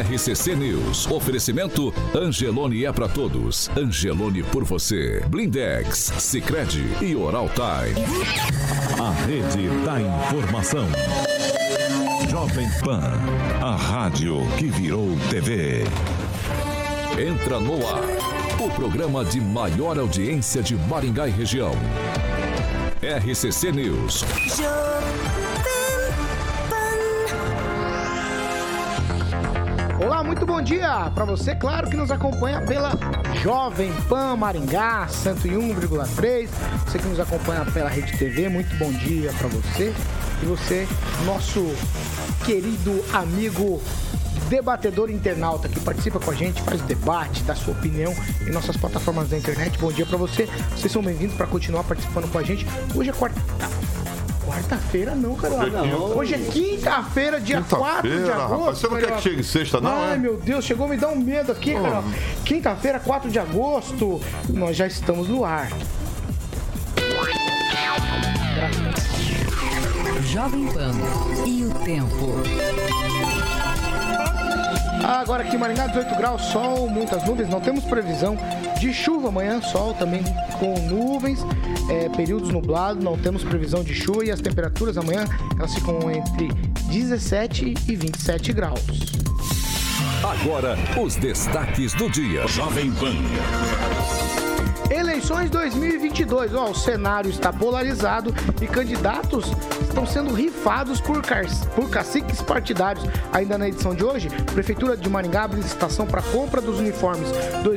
RCC News. Oferecimento Angelone é pra todos. Angelone por você. Blindex, Sicredi e Oral Time. A rede da informação. Jovem Pan, a rádio que virou TV. Entra no ar, o programa de maior audiência de Maringá e região. RCC News. Olá, muito bom dia para você, claro, que nos acompanha pela Jovem Pan Maringá 101,3. Você que nos acompanha pela Rede TV, muito bom dia para você. E você, nosso querido amigo debatedor internauta que participa com a gente, faz debate, dá sua opinião em nossas plataformas da internet. Bom dia pra você. Vocês são bem-vindos para continuar participando com a gente. Hoje é quarta-feira não, Carioca. Hoje é quinta-feira, dia 4 de agosto. Rapaz, você não quer que chegue sexta, não? Ai, meu Deus, chegou a me dar um medo aqui, Carioca. Quinta-feira, 4 de agosto, nós já estamos no ar. Jovem Pan e o tempo. Agora aqui em Maringá, 18 graus, sol, muitas nuvens, não temos previsão de chuva amanhã, sol também com nuvens, períodos nublados, não temos previsão de chuva e as temperaturas amanhã, elas ficam entre 17 e 27 graus. Agora, os destaques do dia. Jovem Pan. Eleições 2022, o cenário está polarizado e candidatos estão sendo rifados por caciques partidários. Ainda na edição de hoje, Prefeitura de Maringá abre licitação para compra dos uniformes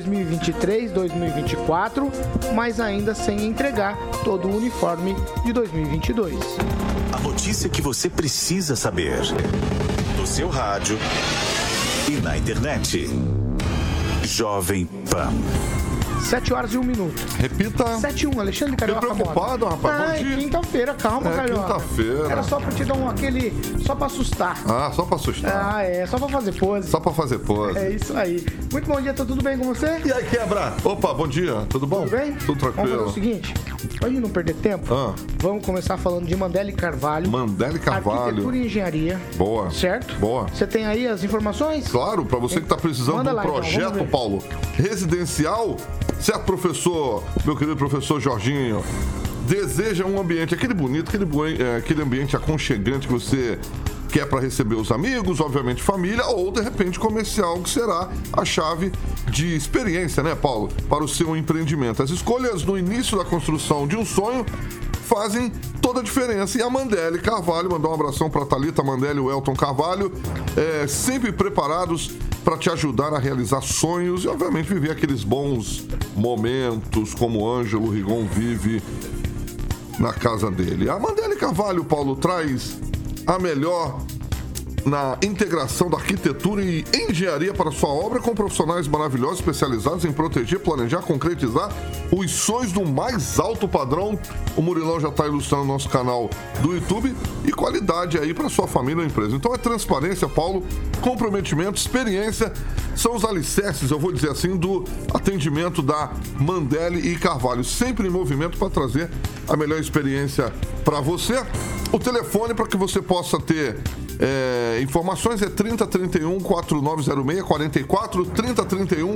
2023-2024, mas ainda sem entregar todo o uniforme de 2022. A notícia que você precisa saber no seu rádio e na internet. Jovem Pan. 7 horas e 1 minuto. Repita. 7 e 1, Alexandre Carioca. Tô preocupado, rapaz. Bom dia. Quinta-feira, calma, Carioca. Quinta-feira. Era só pra te dar só pra assustar. Ah, só pra assustar. Só pra fazer pose. Só pra fazer pose. É isso aí. Muito bom dia, tá tudo bem com você? E aí, quebra? Opa, bom dia, tudo bom? Tudo bem? Tudo tranquilo. Vamos fazer o seguinte, pra gente não perder tempo, vamos começar falando de Mandele Carvalho. Mandele Carvalho. Arquitetura e Engenharia. Boa. Certo? Boa. Você tem aí as informações? Claro, pra você que tá precisando de um projeto, então, Paulo, residencial, certo, professor, meu querido professor Jorginho, deseja um ambiente, aquele bonito, aquele ambiente aconchegante que você quer para receber os amigos, obviamente família, ou de repente comercial, que será a chave de experiência, né, Paulo, para o seu empreendimento. As escolhas no início da construção de um sonho fazem toda a diferença. E a Mandele Carvalho, mandar um abração para a Thalita Mandele e o Elton Carvalho, sempre preparados para te ajudar a realizar sonhos e, obviamente, viver aqueles bons momentos como o Ângelo Rigon vive na casa dele. A Mandele Carvalho, Paulo, traz a melhor na integração da arquitetura e engenharia para sua obra, com profissionais maravilhosos especializados em proteger, planejar, concretizar os sonhos do mais alto padrão. O Murilão já está ilustrando no nosso canal do YouTube, e qualidade aí para sua família ou empresa. Então é transparência, Paulo, comprometimento, experiência, são os alicerces, eu vou dizer assim, do atendimento da Mandele e Carvalho, sempre em movimento para trazer a melhor experiência para você. O telefone para que você possa ter informações é 3031 4906 44 3031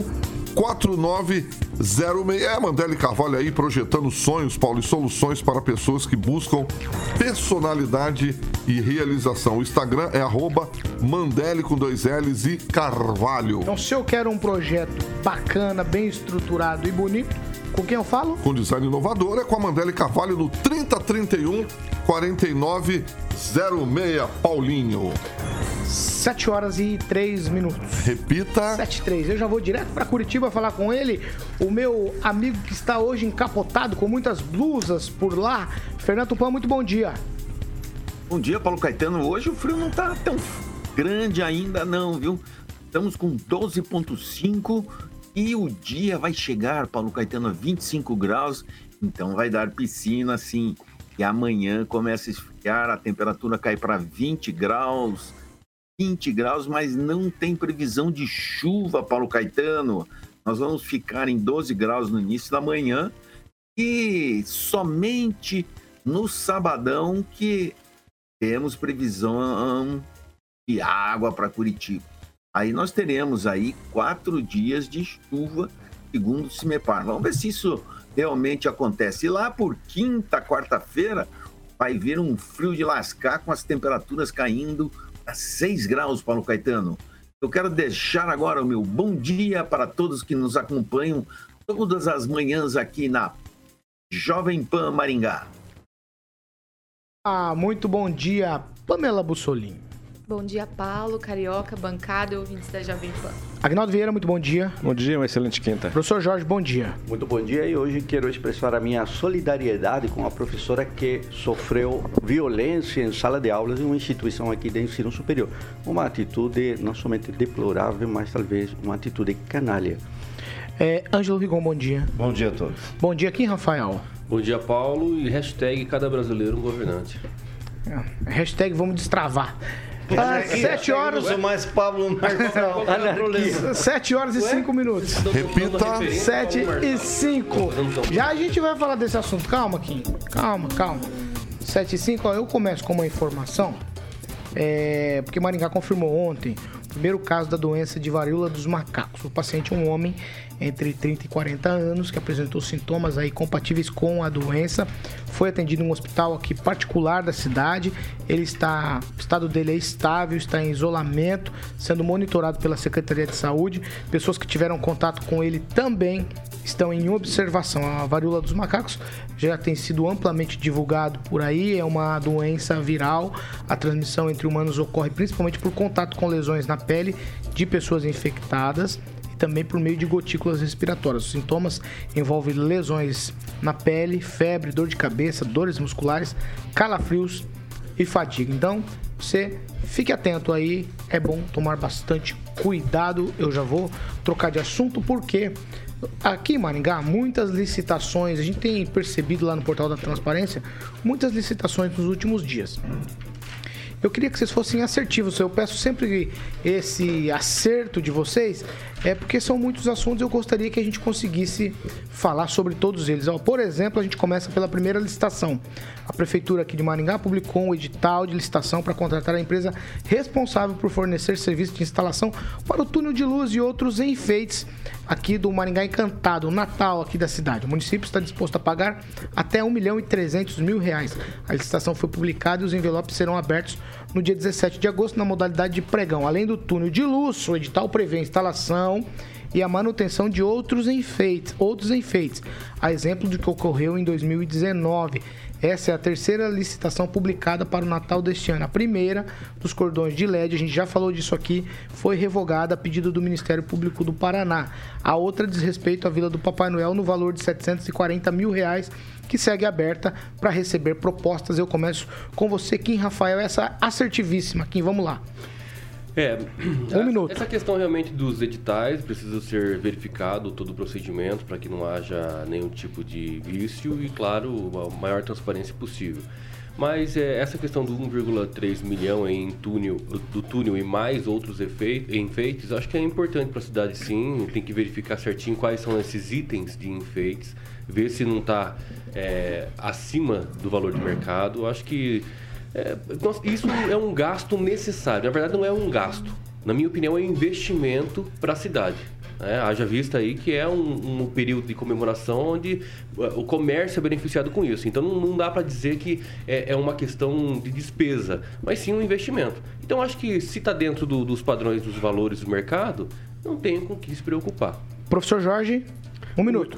4906. É a Mandele Carvalho aí projetando sonhos, Paulo, e soluções para pessoas que buscam personalidade e realização. O Instagram é @Mandele com 2 L's e Carvalho. Então, se eu quero um projeto bacana, bem estruturado e bonito, com quem eu falo? Com design inovador, é com a Mandele Carvalho no 3031 4906, Paulinho. 7 horas e 3 minutos. Repita. 7 e 3. Eu já vou direto para Curitiba falar com ele, o meu amigo que está hoje encapotado com muitas blusas por lá. Fernando Tupan, muito bom dia. Bom dia, Paulo Caetano. Hoje o frio não tá tão grande ainda não, viu? Estamos com 12,5 e o dia vai chegar, Paulo Caetano, a 25 graus. Então vai dar piscina, sim. E amanhã começa a esfriar, a temperatura cai para 20 graus, mas não tem previsão de chuva, Paulo Caetano. Nós vamos ficar em 12 graus no início da manhã e somente no sabadão que temos previsão de água para Curitiba. aí nós teremos aí 4 dias de chuva, segundo o CIMEPAR. Vamos ver se isso realmente acontece. E lá por quinta, quarta-feira, vai vir um frio de lascar, com as temperaturas caindo a 6 graus, Paulo Caetano. Eu quero deixar agora o meu bom dia para todos que nos acompanham todas as manhãs aqui na Jovem Pan Maringá. Muito bom dia, Pamela Bussolini. Bom dia, Paulo, Carioca, bancada e ouvintes da Jovem Pan. Agnaldo Vieira, muito bom dia. Bom dia, uma excelente quinta. Professor Jorge, bom dia. Muito bom dia, e hoje quero expressar a minha solidariedade com a professora que sofreu violência em sala de aulas em uma instituição aqui de ensino superior. Uma atitude não somente deplorável, mas talvez uma atitude canalha. Ângelo Rigon, bom dia. Bom dia a todos. Bom dia, Kim Rafael. Bom dia, Paulo, e hashtag cada brasileiro um governante. Hashtag vamos destravar. 7 horas. Eu sou mais Pablo Marçal. 7 horas e 5 minutos. Repita. 7 e 5. Já a gente vai falar desse assunto. Calma, Kim. Calma. 7 e 5, eu começo com uma informação. Porque Maringá confirmou ontem o primeiro caso da doença de varíola dos macacos. O paciente é um homem entre 30 e 40 anos que apresentou sintomas aí compatíveis com a doença. Foi atendido em um hospital aqui particular da cidade. O estado dele é estável, está em isolamento, sendo monitorado pela Secretaria de Saúde. Pessoas que tiveram contato com ele também estão em observação. A varíola dos macacos já tem sido amplamente divulgado por aí, é uma doença viral. A transmissão entre humanos ocorre principalmente por contato com lesões na pele de pessoas infectadas e também por meio de gotículas respiratórias. Os sintomas envolvem lesões na pele, febre, dor de cabeça, dores musculares, calafrios e fadiga. Então, você fique atento aí, é bom tomar bastante cuidado. Eu já vou trocar de assunto porque aqui em Maringá, muitas licitações, a gente tem percebido lá no Portal da Transparência, muitas licitações nos últimos dias. Eu queria que vocês fossem assertivos, eu peço sempre esse acerto de vocês, porque são muitos assuntos e eu gostaria que a gente conseguisse falar sobre todos eles. Por exemplo, a gente começa pela primeira licitação. A Prefeitura aqui de Maringá publicou um edital de licitação para contratar a empresa responsável por fornecer serviço de instalação para o túnel de luz e outros enfeites aqui do Maringá Encantado, o Natal aqui da cidade. O município está disposto a pagar até R$1.300.000. A licitação foi publicada e os envelopes serão abertos no dia 17 de agosto na modalidade de pregão. Além do túnel de luz, o edital prevê a instalação e a manutenção de outros enfeites, a exemplo do que ocorreu em 2019. Essa é a terceira licitação publicada para o Natal deste ano. A primeira, dos cordões de LED, a gente já falou disso aqui, foi revogada a pedido do Ministério Público do Paraná. A outra diz respeito à Vila do Papai Noel no valor de R$740 mil, que segue aberta para receber propostas. Eu começo com você, Kim Rafael, essa assertivíssima. Kim, vamos lá. Um minuto. Essa questão realmente dos editais precisa ser verificado todo o procedimento para que não haja nenhum tipo de vício e, claro, a maior transparência possível. Mas essa questão do 1,3 milhão do túnel e mais outros enfeites, acho que é importante para a cidade, sim. Tem que verificar certinho quais são esses itens de enfeites, ver se não está acima do valor de mercado. Acho que isso é um gasto necessário. Na verdade, não é um gasto. Na minha opinião, é um investimento para a cidade. Haja vista aí que é um período de comemoração onde o comércio é beneficiado com isso. Então, não dá para dizer que é uma questão de despesa, mas sim um investimento. Então, acho que se está dentro dos padrões dos valores do mercado, não tem com o que se preocupar. Professor Jorge, um minuto.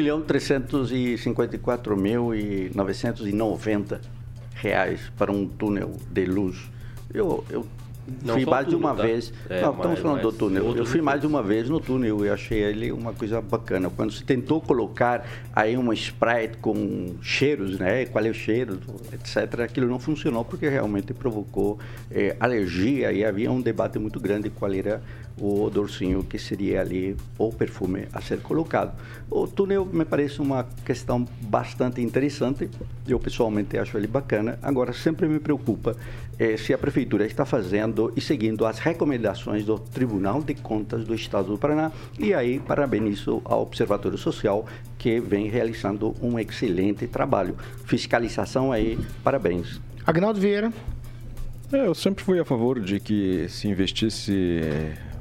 R$1.354.990 para um túnel de luz. Eu fui mais de uma vez. Não, estamos falando do túnel. Eu fui mais de uma vez no túnel e achei ele uma coisa bacana. Quando se tentou colocar aí uma Sprite com cheiros, né? Qual é o cheiro, etc. Aquilo não funcionou porque realmente provocou alergia e havia um debate muito grande qual era o odorzinho que seria ali o perfume a ser colocado. O túnel me parece uma questão bastante interessante. Eu pessoalmente acho ele bacana. Agora, sempre me preocupa se a Prefeitura está fazendo e seguindo as recomendações do Tribunal de Contas do Estado do Paraná. E aí, parabenizo ao Observatório Social, que vem realizando um excelente trabalho. Fiscalização aí, parabéns. Agnaldo Vieira. Eu sempre fui a favor de que se investisse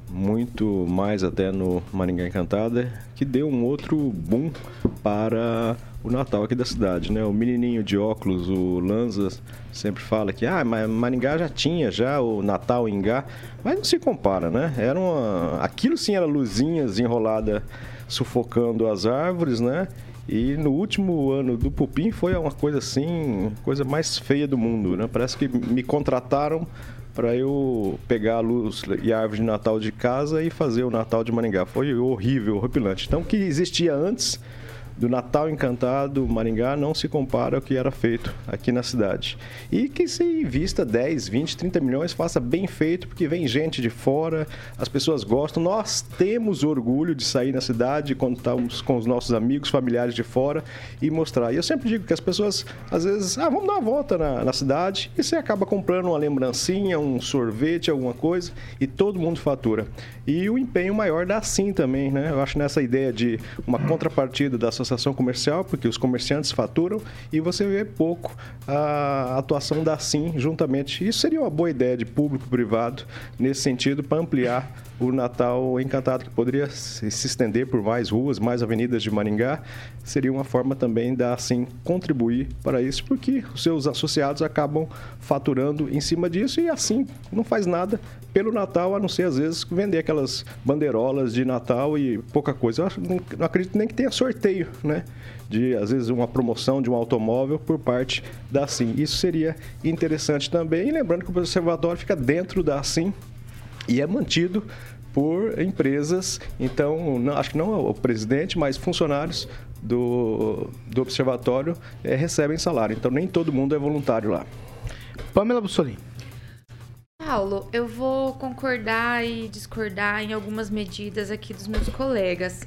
muito mais até no Maringá Encantada, que deu um outro boom para o Natal aqui da cidade, né? O menininho de óculos, o Lanza, sempre fala que mas Maringá já tinha o Natal em Ingá, mas não se compara, né? Aquilo sim era luzinhas enrolada sufocando as árvores, né? E no último ano do Pupim foi uma coisa assim, coisa mais feia do mundo, né? Parece que me contrataram para eu pegar a luz e a árvore de Natal de casa e fazer o Natal de Maringá. Foi horrível, horripilante. Então, o que existia antes do Natal Encantado, Maringá, não se compara ao que era feito aqui na cidade. E que se invista 10, 20, 30 milhões, faça bem feito, porque vem gente de fora, as pessoas gostam. Nós temos orgulho de sair na cidade quando estamos com os nossos amigos, familiares de fora e mostrar. E eu sempre digo que as pessoas, às vezes, vamos dar uma volta na cidade e você acaba comprando uma lembrancinha, um sorvete, alguma coisa e todo mundo fatura. E o empenho maior da Assim também, né? Eu acho nessa ideia de uma contrapartida da associação comercial, porque os comerciantes faturam e você vê pouco a atuação da Assim juntamente. Isso seria uma boa ideia de público-privado nesse sentido para ampliar o Natal Encantado, que poderia se estender por mais ruas, mais avenidas de Maringá. Seria uma forma também da Assim contribuir para isso, porque os seus associados acabam faturando em cima disso e Assim não faz nada pelo Natal, a não ser às vezes vender aquelas bandeirolas de Natal e pouca coisa. Eu não acredito nem que tenha sorteio, né? De, às vezes, uma promoção de um automóvel por parte da Assim. Isso seria interessante também. E lembrando que o observatório fica dentro da Assim e é mantido por empresas. Então, acho que não o presidente, mas funcionários do observatório recebem salário. Então, nem todo mundo é voluntário lá. Pamela Bussolini. Paulo, eu vou concordar e discordar em algumas medidas aqui dos meus colegas.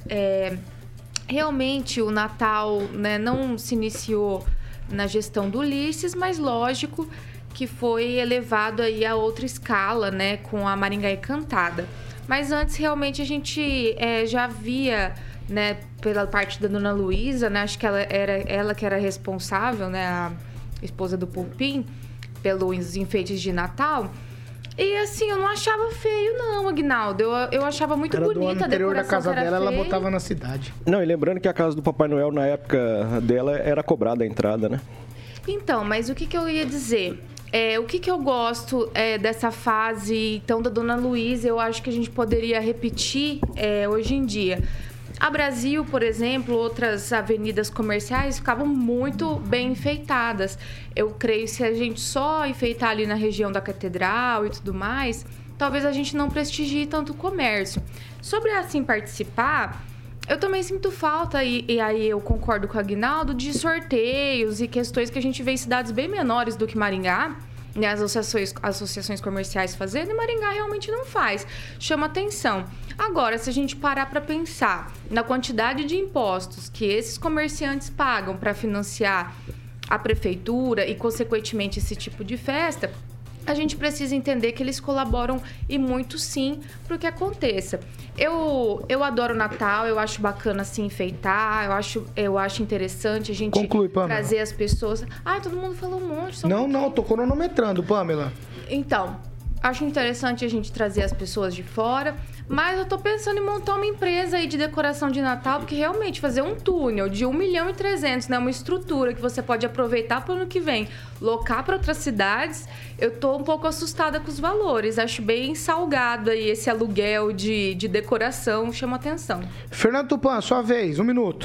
Realmente, o Natal, né, não se iniciou na gestão do Ulisses, mas lógico que foi elevado aí a outra escala, né, com a Maringá Encantada. Mas antes, realmente, a gente já via, né, pela parte da Dona Luísa, né, acho que ela que era responsável, né, a esposa do Pupim, pelos enfeites de Natal. E assim, eu não achava feio não, Aguinaldo. Eu achava muito bonita a decoração da casa dela, feia. ela botava na cidade. Não, e lembrando que a casa do Papai Noel, na época dela, era cobrada a entrada, né? Então, mas o que eu ia dizer? O que eu gosto dessa fase, então, da Dona Luísa, eu acho que a gente poderia repetir hoje em dia. A Brasil, por exemplo, outras avenidas comerciais ficavam muito bem enfeitadas. Eu creio que se a gente só enfeitar ali na região da Catedral e tudo mais, talvez a gente não prestigie tanto o comércio. Sobre assim participar, eu também sinto falta, e aí eu concordo com o Aguinaldo, de sorteios e questões que a gente vê em cidades bem menores do que Maringá, né, as associações comerciais fazendo, e Maringá realmente não faz. Chama atenção. Agora, se a gente parar para pensar na quantidade de impostos que esses comerciantes pagam para financiar a prefeitura e, consequentemente, esse tipo de festa, a gente precisa entender que eles colaboram e muito sim para o que aconteça. Eu adoro o Natal, eu acho bacana assim enfeitar, eu acho interessante a gente trazer as pessoas. Todo mundo falou um monte. Não, tô cronometrando, Pamela. Então, acho interessante a gente trazer as pessoas de fora, mas eu tô pensando em montar uma empresa aí de decoração de Natal, porque realmente fazer um túnel de 1.300.000, né, uma estrutura que você pode aproveitar para o ano que vem, locar para outras cidades, eu tô um pouco assustada com os valores. Acho bem salgado aí esse aluguel de decoração, chama atenção. Fernando Tupan, sua vez, 1 minuto.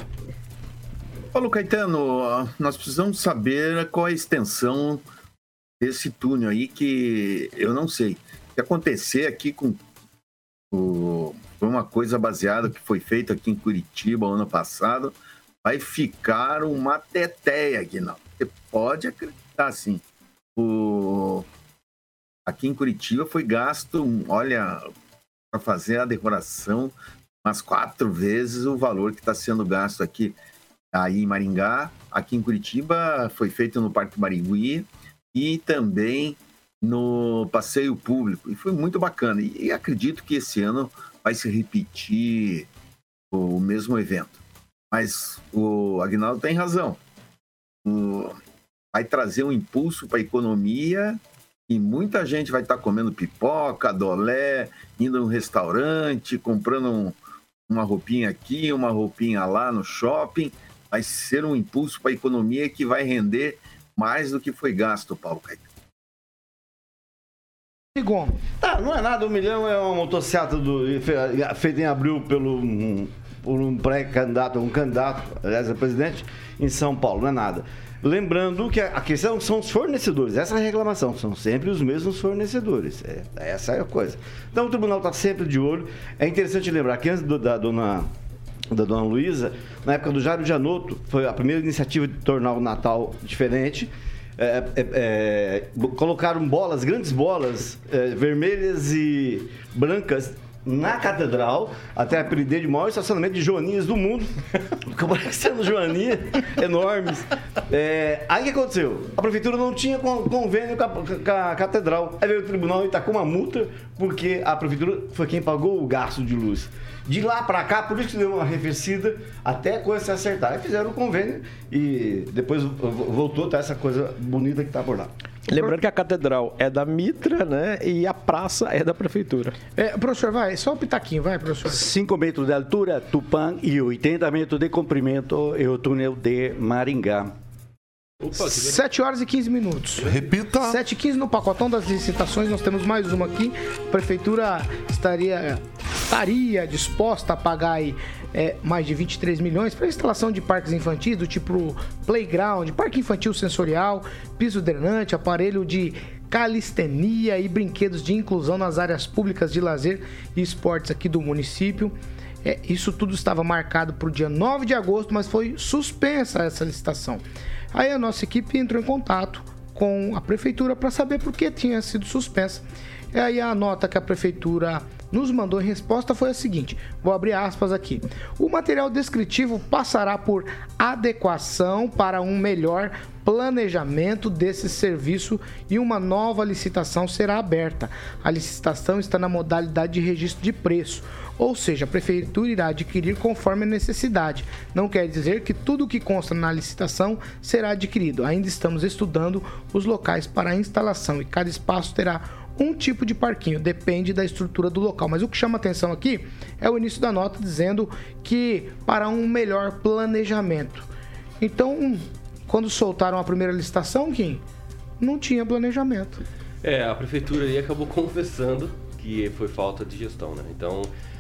Paulo Caetano, nós precisamos saber qual é a extensão desse túnel aí, que eu não sei. O que acontecer aqui foi uma coisa baseada que foi feita aqui em Curitiba ano passado, vai ficar uma teteia aqui, não. Você pode acreditar, sim. Aqui em Curitiba foi gasto, olha, para fazer a decoração, umas 4 vezes o valor que está sendo gasto aqui aí em Maringá. Aqui em Curitiba foi feito no Parque Barigui e também no Passeio Público, e foi muito bacana. E acredito que esse ano vai se repetir o mesmo evento. Mas o Aguinaldo tem razão. Vai trazer um impulso para a economia E muita gente vai estar comendo pipoca, dolé, indo no restaurante, comprando uma roupinha aqui, uma roupinha lá no shopping. Vai ser um impulso para a economia que vai render mais do que foi gasto, Paulo Caetano. Tá, não é nada, 1 milhão é uma motocicleta feita em abril por um pré-candidato, um candidato, aliás, a presidente, em São Paulo, não é nada. Lembrando que a questão são os fornecedores, essa é a reclamação, são sempre os mesmos fornecedores, essa é a coisa. Então o tribunal está sempre de olho. É interessante lembrar que antes da dona Luísa, na época do Jairo Gianotto, foi a primeira iniciativa de tornar o Natal diferente. Colocaram grandes bolas vermelhas e brancas na catedral, até apelidei de maior estacionamento de joaninhas do mundo, parecendo joaninhas enormes. Aí o que aconteceu? A prefeitura não tinha convênio com a catedral. Aí veio o tribunal e tacou uma multa, porque a prefeitura foi quem pagou o gasto de luz. De lá pra cá, por isso que deu uma arrefecida, até a coisa se acertar. Aí fizeram o convênio e depois voltou a essa coisa bonita que tá por lá. Lembrando que a catedral é da Mitra, né? E a praça é da prefeitura. Professor, vai, só um pitaquinho, vai, professor. 5 metros de altura, Tupã, e 80 metros de comprimento é o túnel de Maringá. 7 horas e 15 minutos. Repita. 7h15 no pacotão das licitações, nós temos mais uma aqui. A prefeitura estaria disposta a pagar aí, mais de 23 milhões para instalação de parques infantis do tipo playground, parque infantil sensorial, piso drenante, aparelho de calistenia e brinquedos de inclusão nas áreas públicas de lazer e esportes aqui do município. Isso tudo estava marcado para o dia 9 de agosto, mas foi suspensa essa licitação. Aí a nossa equipe entrou em contato com a prefeitura para saber por que tinha sido suspensa. E aí a nota que a prefeitura nos mandou em resposta foi a seguinte, vou abrir aspas aqui. O material descritivo passará por adequação para um melhor planejamento desse serviço e uma nova licitação será aberta. A licitação está na modalidade de registro de preço, ou seja, a prefeitura irá adquirir conforme a necessidade. Não quer dizer que tudo o que consta na licitação será adquirido. Ainda estamos estudando os locais para a instalação e cada espaço terá um tipo de parquinho, depende da estrutura do local. Mas o que chama atenção aqui é o início da nota dizendo que para um melhor planejamento. Então, quando soltaram a primeira licitação, Kim, não tinha planejamento. A prefeitura aí acabou confessando que foi falta de gestão, né? Então,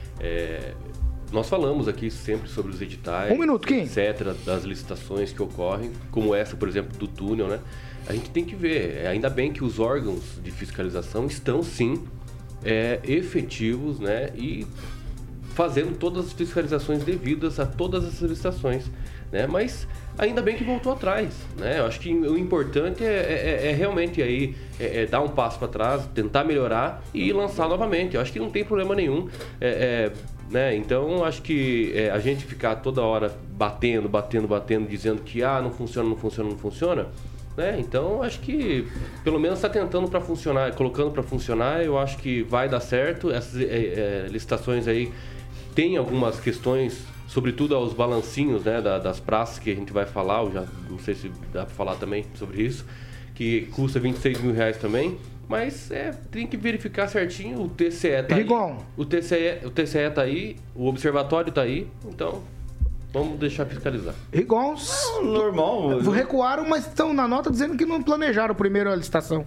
nós falamos aqui sempre sobre os editais, etc., das licitações que ocorrem, como essa, por exemplo, do túnel, né? A gente tem que ver, ainda bem que os órgãos de fiscalização estão sim efetivos, né? E fazendo todas as fiscalizações devidas a todas essas licitações, né? Mas ainda bem que voltou atrás, né? Eu acho que o importante é realmente aí dar um passo para trás, tentar melhorar e lançar novamente. Eu acho que não tem problema nenhum, né? Então acho que a gente ficar toda hora batendo, dizendo que não funciona, né? Então acho que pelo menos está tentando para funcionar, colocando para funcionar. Eu acho que vai dar certo. Essas licitações aí tem algumas questões, sobretudo aos balancinhos, né, das praças que a gente vai falar, eu já não sei se dá para falar também sobre isso, que custa 26 mil reais também, mas tem que verificar certinho. O TCE tá aí, o TCE tá aí, o observatório tá aí, então vamos deixar fiscalizar. Igual normal. Recuaram, mas estão na nota dizendo que não planejaram primeiro a licitação.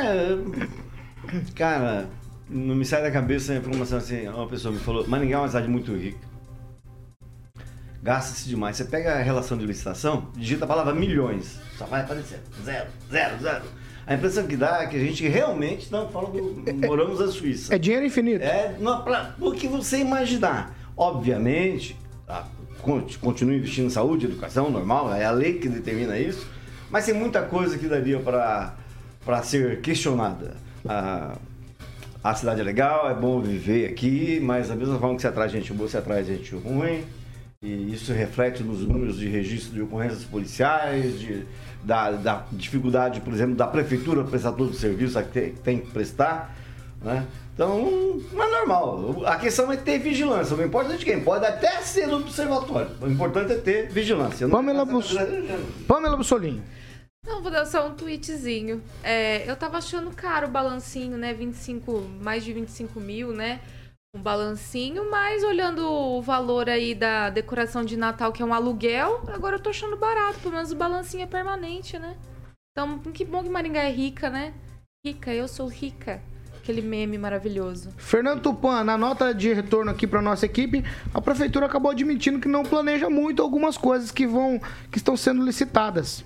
Cara, não me sai da cabeça a informação assim, uma pessoa me falou, Maringá é uma cidade muito rica. Gasta-se demais. Você pega a relação de licitação, digita a palavra milhões, só vai aparecer 0, 0, 0. A impressão que dá é que a gente realmente está falando moramos na Suíça. É dinheiro infinito. O que você imaginar. Obviamente, continua investindo em saúde, educação, normal, é a lei que determina isso, mas tem muita coisa que daria para ser questionada. A cidade é legal, é bom viver aqui, mas da mesma forma que você atrai gente boa, você atrai gente ruim. E isso reflete nos números de registro de ocorrências policiais, da dificuldade, por exemplo, da prefeitura prestador de serviço que tem que prestar, né? Então, não é normal. A questão é ter vigilância. Não importa de quem, pode até ser no observatório. O importante é ter vigilância. Pamela Bussolini. Não, vou dar só um tweetzinho. Eu tava achando caro o balancinho, né? Mais de 25 mil, né? Um balancinho, mas olhando o valor aí da decoração de Natal, que é um aluguel, agora eu tô achando barato. Pelo menos o balancinho é permanente, né? Então, que bom que Maringá é rica, né? Rica, eu sou rica. Aquele meme maravilhoso. Fernando Tupan, na nota de retorno aqui para nossa equipe, a prefeitura acabou admitindo que não planeja muito algumas coisas que estão sendo licitadas.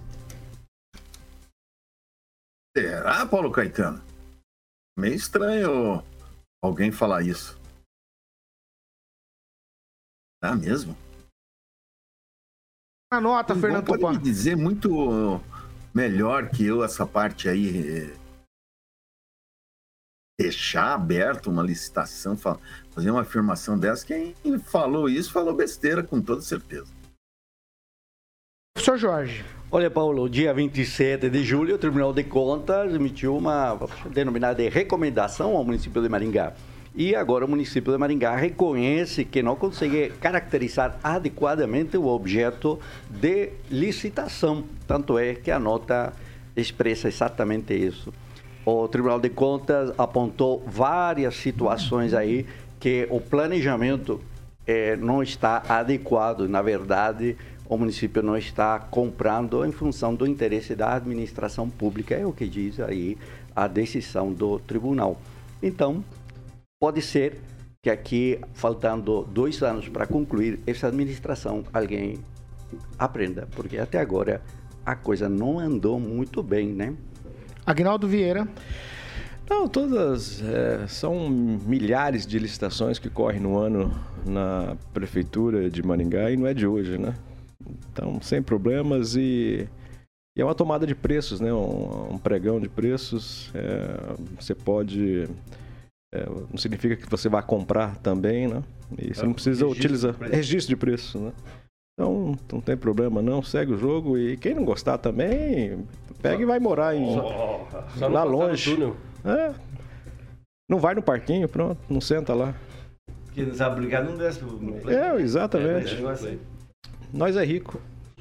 Será, Paulo Caetano? Meio estranho alguém falar isso. Ah, mesmo? Na nota, Fernando Tupan. Pode me dizer muito melhor que eu essa parte aí... Deixar aberto uma licitação, fazer uma afirmação dessa, quem falou isso falou besteira, com toda certeza. Professor Jorge. Olha, Paulo, dia 27 de julho, o Tribunal de Contas emitiu uma denominada recomendação ao município de Maringá. E agora o município de Maringá reconhece que não consegue caracterizar adequadamente o objeto de licitação. Tanto é que a nota expressa exatamente isso. O Tribunal de Contas apontou várias situações aí que o planejamento não está adequado. Na verdade, o município não está comprando em função do interesse da administração pública. É o que diz aí a decisão do tribunal. Então, pode ser que aqui, faltando 2 anos para concluir essa administração, alguém aprenda. Porque até agora a coisa não andou muito bem, né? Aguinaldo Vieira. Não, todas são milhares de licitações que correm no ano na prefeitura de Maringá e não é de hoje, né? Então, sem problemas e é uma tomada de preços, né? Um pregão de preços. Você pode... não significa que você vai comprar também, né? E você não precisa utilizar registro de preço, né? Então, não tem problema não, segue o jogo e quem não gostar também, pega e vai morar lá longe. Não vai no parquinho, pronto, não senta lá. Porque não sabe brincar, não desce. Exatamente. Nós é rico.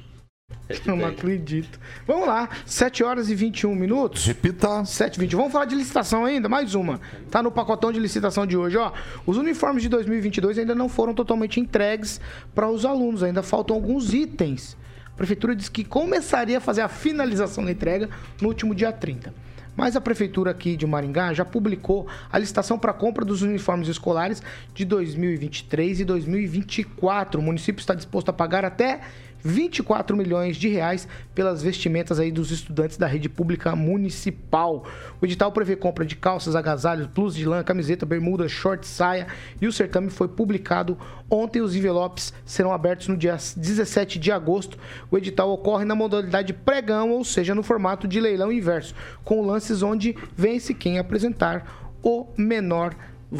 Não acredito. Vamos lá, 7 horas e 21 minutos. Repita. 7h21. Vamos falar de licitação ainda? Mais uma. Tá no pacotão de licitação de hoje, ó. Os uniformes de 2022 ainda não foram totalmente entregues para os alunos. Ainda faltam alguns itens. A prefeitura disse que começaria a fazer a finalização da entrega no último dia 30. Mas a prefeitura aqui de Maringá já publicou a licitação para compra dos uniformes escolares de 2023 e 2024. O município está disposto a pagar até 24 milhões de reais pelas vestimentas aí dos estudantes da rede pública municipal. O edital prevê compra de calças, agasalhos, blusas de lã, camiseta, bermuda, short, saia e o certame foi publicado ontem. Os envelopes serão abertos no dia 17 de agosto. O edital ocorre na modalidade pregão, ou seja, no formato de leilão inverso, com lances onde vence quem apresentar o menor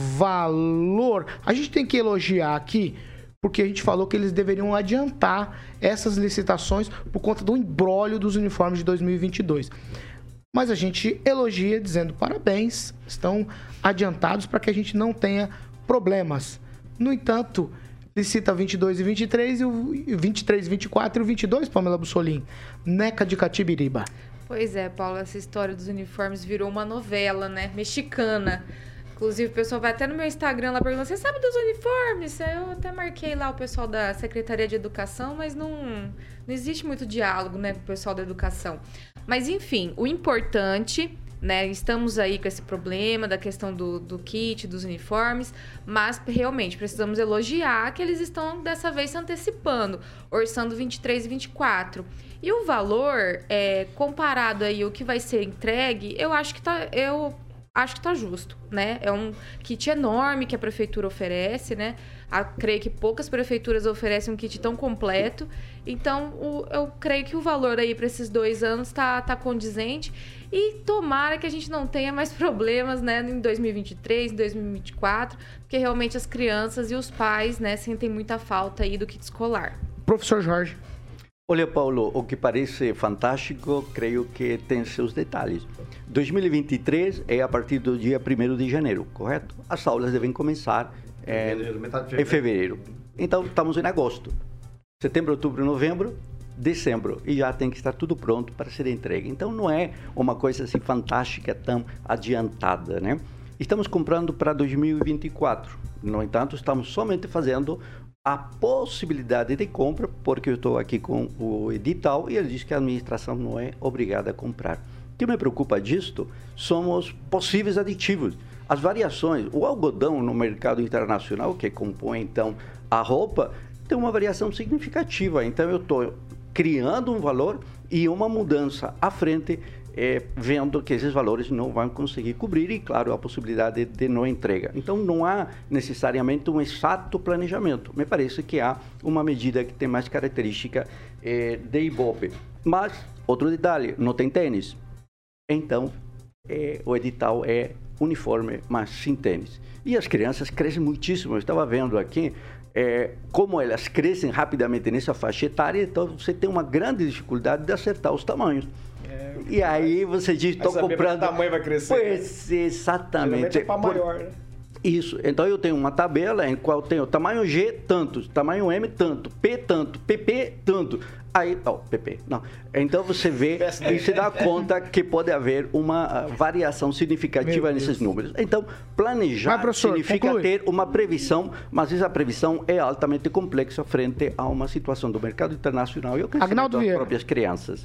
valor. A gente tem que elogiar aqui porque a gente falou que eles deveriam adiantar essas licitações por conta do imbróglio dos uniformes de 2022. Mas a gente elogia dizendo parabéns, estão adiantados para que a gente não tenha problemas. No entanto, licita 22 e 23, e o 23 e 24 e o 22, Pamela Bussolini, Neca de Catibiriba. Pois é, Paulo, essa história dos uniformes virou uma novela, né? Mexicana. Inclusive, o pessoal vai até no meu Instagram lá perguntando: você sabe dos uniformes? Eu até marquei lá o pessoal da Secretaria de Educação, mas não existe muito diálogo, né, com o pessoal da educação. Mas, enfim, o importante, né, estamos aí com esse problema da questão do kit, dos uniformes, mas realmente precisamos elogiar que eles estão, dessa vez, se antecipando, orçando 23 e 24. E o valor, comparado aí o que vai ser entregue, eu acho que tá justo, né? É um kit enorme que a prefeitura oferece, né? Creio que poucas prefeituras oferecem um kit tão completo. Então, eu creio que o valor aí para esses 2 anos tá condizente. E tomara que a gente não tenha mais problemas, né? Em 2023, em 2024. Porque realmente as crianças e os pais, né? Sentem muita falta aí do kit escolar. Professor Jorge. Olha, Paulo, o que parece fantástico, creio que tem seus detalhes. 2023 é a partir do dia 1º de janeiro, correto? As aulas devem começar em fevereiro. Então, estamos em agosto. Setembro, outubro, novembro, dezembro e já tem que estar tudo pronto para ser entregue. Então não é uma coisa assim fantástica, tão adiantada, né? Estamos comprando para 2024. No entanto, estamos somente fazendo a possibilidade de compra, porque eu estou aqui com o edital e ele diz que a administração não é obrigada a comprar. O que me preocupa disto são os possíveis aditivos. As variações, o algodão no mercado internacional, que compõe então a roupa, tem uma variação significativa. Então eu estou criando um valor e uma mudança à frente, vendo que esses valores não vão conseguir cobrir e, claro, a possibilidade de não entrega. Então, não há necessariamente um exato planejamento. Me parece que há uma medida que tem mais característica de Ibope. Mas, outro detalhe, não tem tênis. Então, o edital é uniforme, mas sem tênis. E as crianças crescem muitíssimo. Eu estava vendo aqui como elas crescem rapidamente nessa faixa etária, então você tem uma grande dificuldade de acertar os tamanhos. E aí você diz, estou comprando... O tamanho vai crescer. Pois, exatamente. É para maior, né? Isso. Então eu tenho uma tabela em qual tenho tamanho G, tanto, tamanho M, tanto, P, tanto, PP, tanto. Aí, PP, não. Então você vê e se dá conta que pode haver uma variação significativa nesses números. Então, planejar significa ter uma previsão, mas essa previsão é altamente complexa frente a uma situação do mercado internacional e o crescimento das próprias crianças.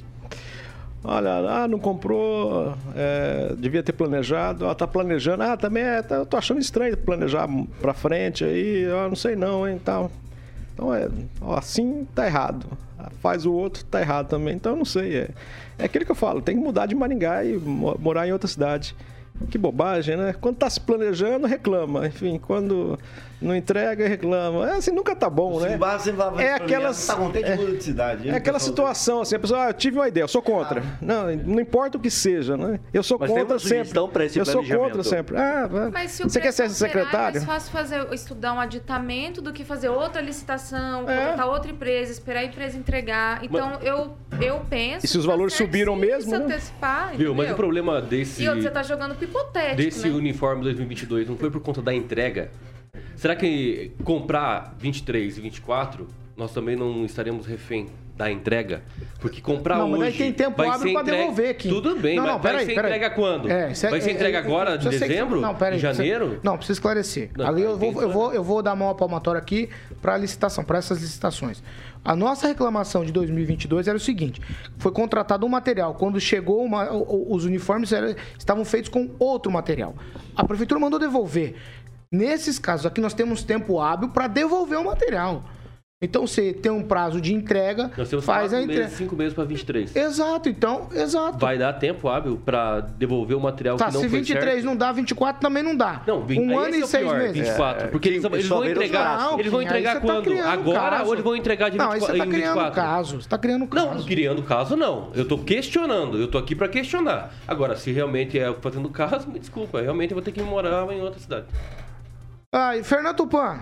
Olha, não comprou, devia ter planejado, tá planejando, também eu tô achando estranho planejar pra frente aí, não sei não, hein, tal. Então, assim tá errado, faz o outro, tá errado também, então eu não sei, é aquilo que eu falo, tem que mudar de Maringá e morar em outra cidade. Que bobagem, né? Quando tá se planejando, reclama. Enfim, quando não entrega, reclama. Assim, nunca tá bom, né? É aquelas... Tá contente de mudar de cidade. É aquela situação, assim, a pessoa, eu tive uma ideia, eu sou contra. Não importa o que seja, né? Eu sou contra sempre. Eu sou contra sempre. Mas se você quer ser secretário? É mais fácil estudar um aditamento do que fazer outra licitação, contratar outra empresa, esperar a empresa entregar. Então, eu penso... E se os valores subiram mesmo, se antecipar, viu? Mas o problema desse... E outro, você tá jogando hipotético, desse né? uniforme 2022 não foi por conta da entrega? Será que comprar 23 e 24 nós também não estaremos refém da entrega? Porque comprar hoje... Mas aí tem tempo hábil para devolver aqui. Tudo bem, mas vai ser entrega quando? Vai ser entrega agora, em dezembro? Em janeiro? Não, precisa esclarecer. Ali eu vou dar mão à palmatória aqui para a licitação, para essas licitações. A nossa reclamação de 2022 era o seguinte: foi contratado um material, quando chegou os uniformes estavam feitos com outro material. A prefeitura mandou devolver. Nesses casos aqui nós temos tempo hábil para devolver o material. Então você tem um prazo de entrega, nós temos faz a entrega. 5 meses para 23. Exato, então, exato. Vai dar tempo hábil para devolver o material que não foi certo? Se 23 não dá, 24 também não dá. Não, um ano e 6 meses. 24, porque eles vão entregar. Eles vão entregar quando? Agora ou eles vão entregar de 24? Não, aí você está criando caso. Você está criando caso. Não, criando caso não. Eu estou questionando. Eu estou aqui para questionar. Agora, se realmente é fazendo caso, me desculpa. Realmente eu vou ter que morar em outra cidade. Fernando Tupan.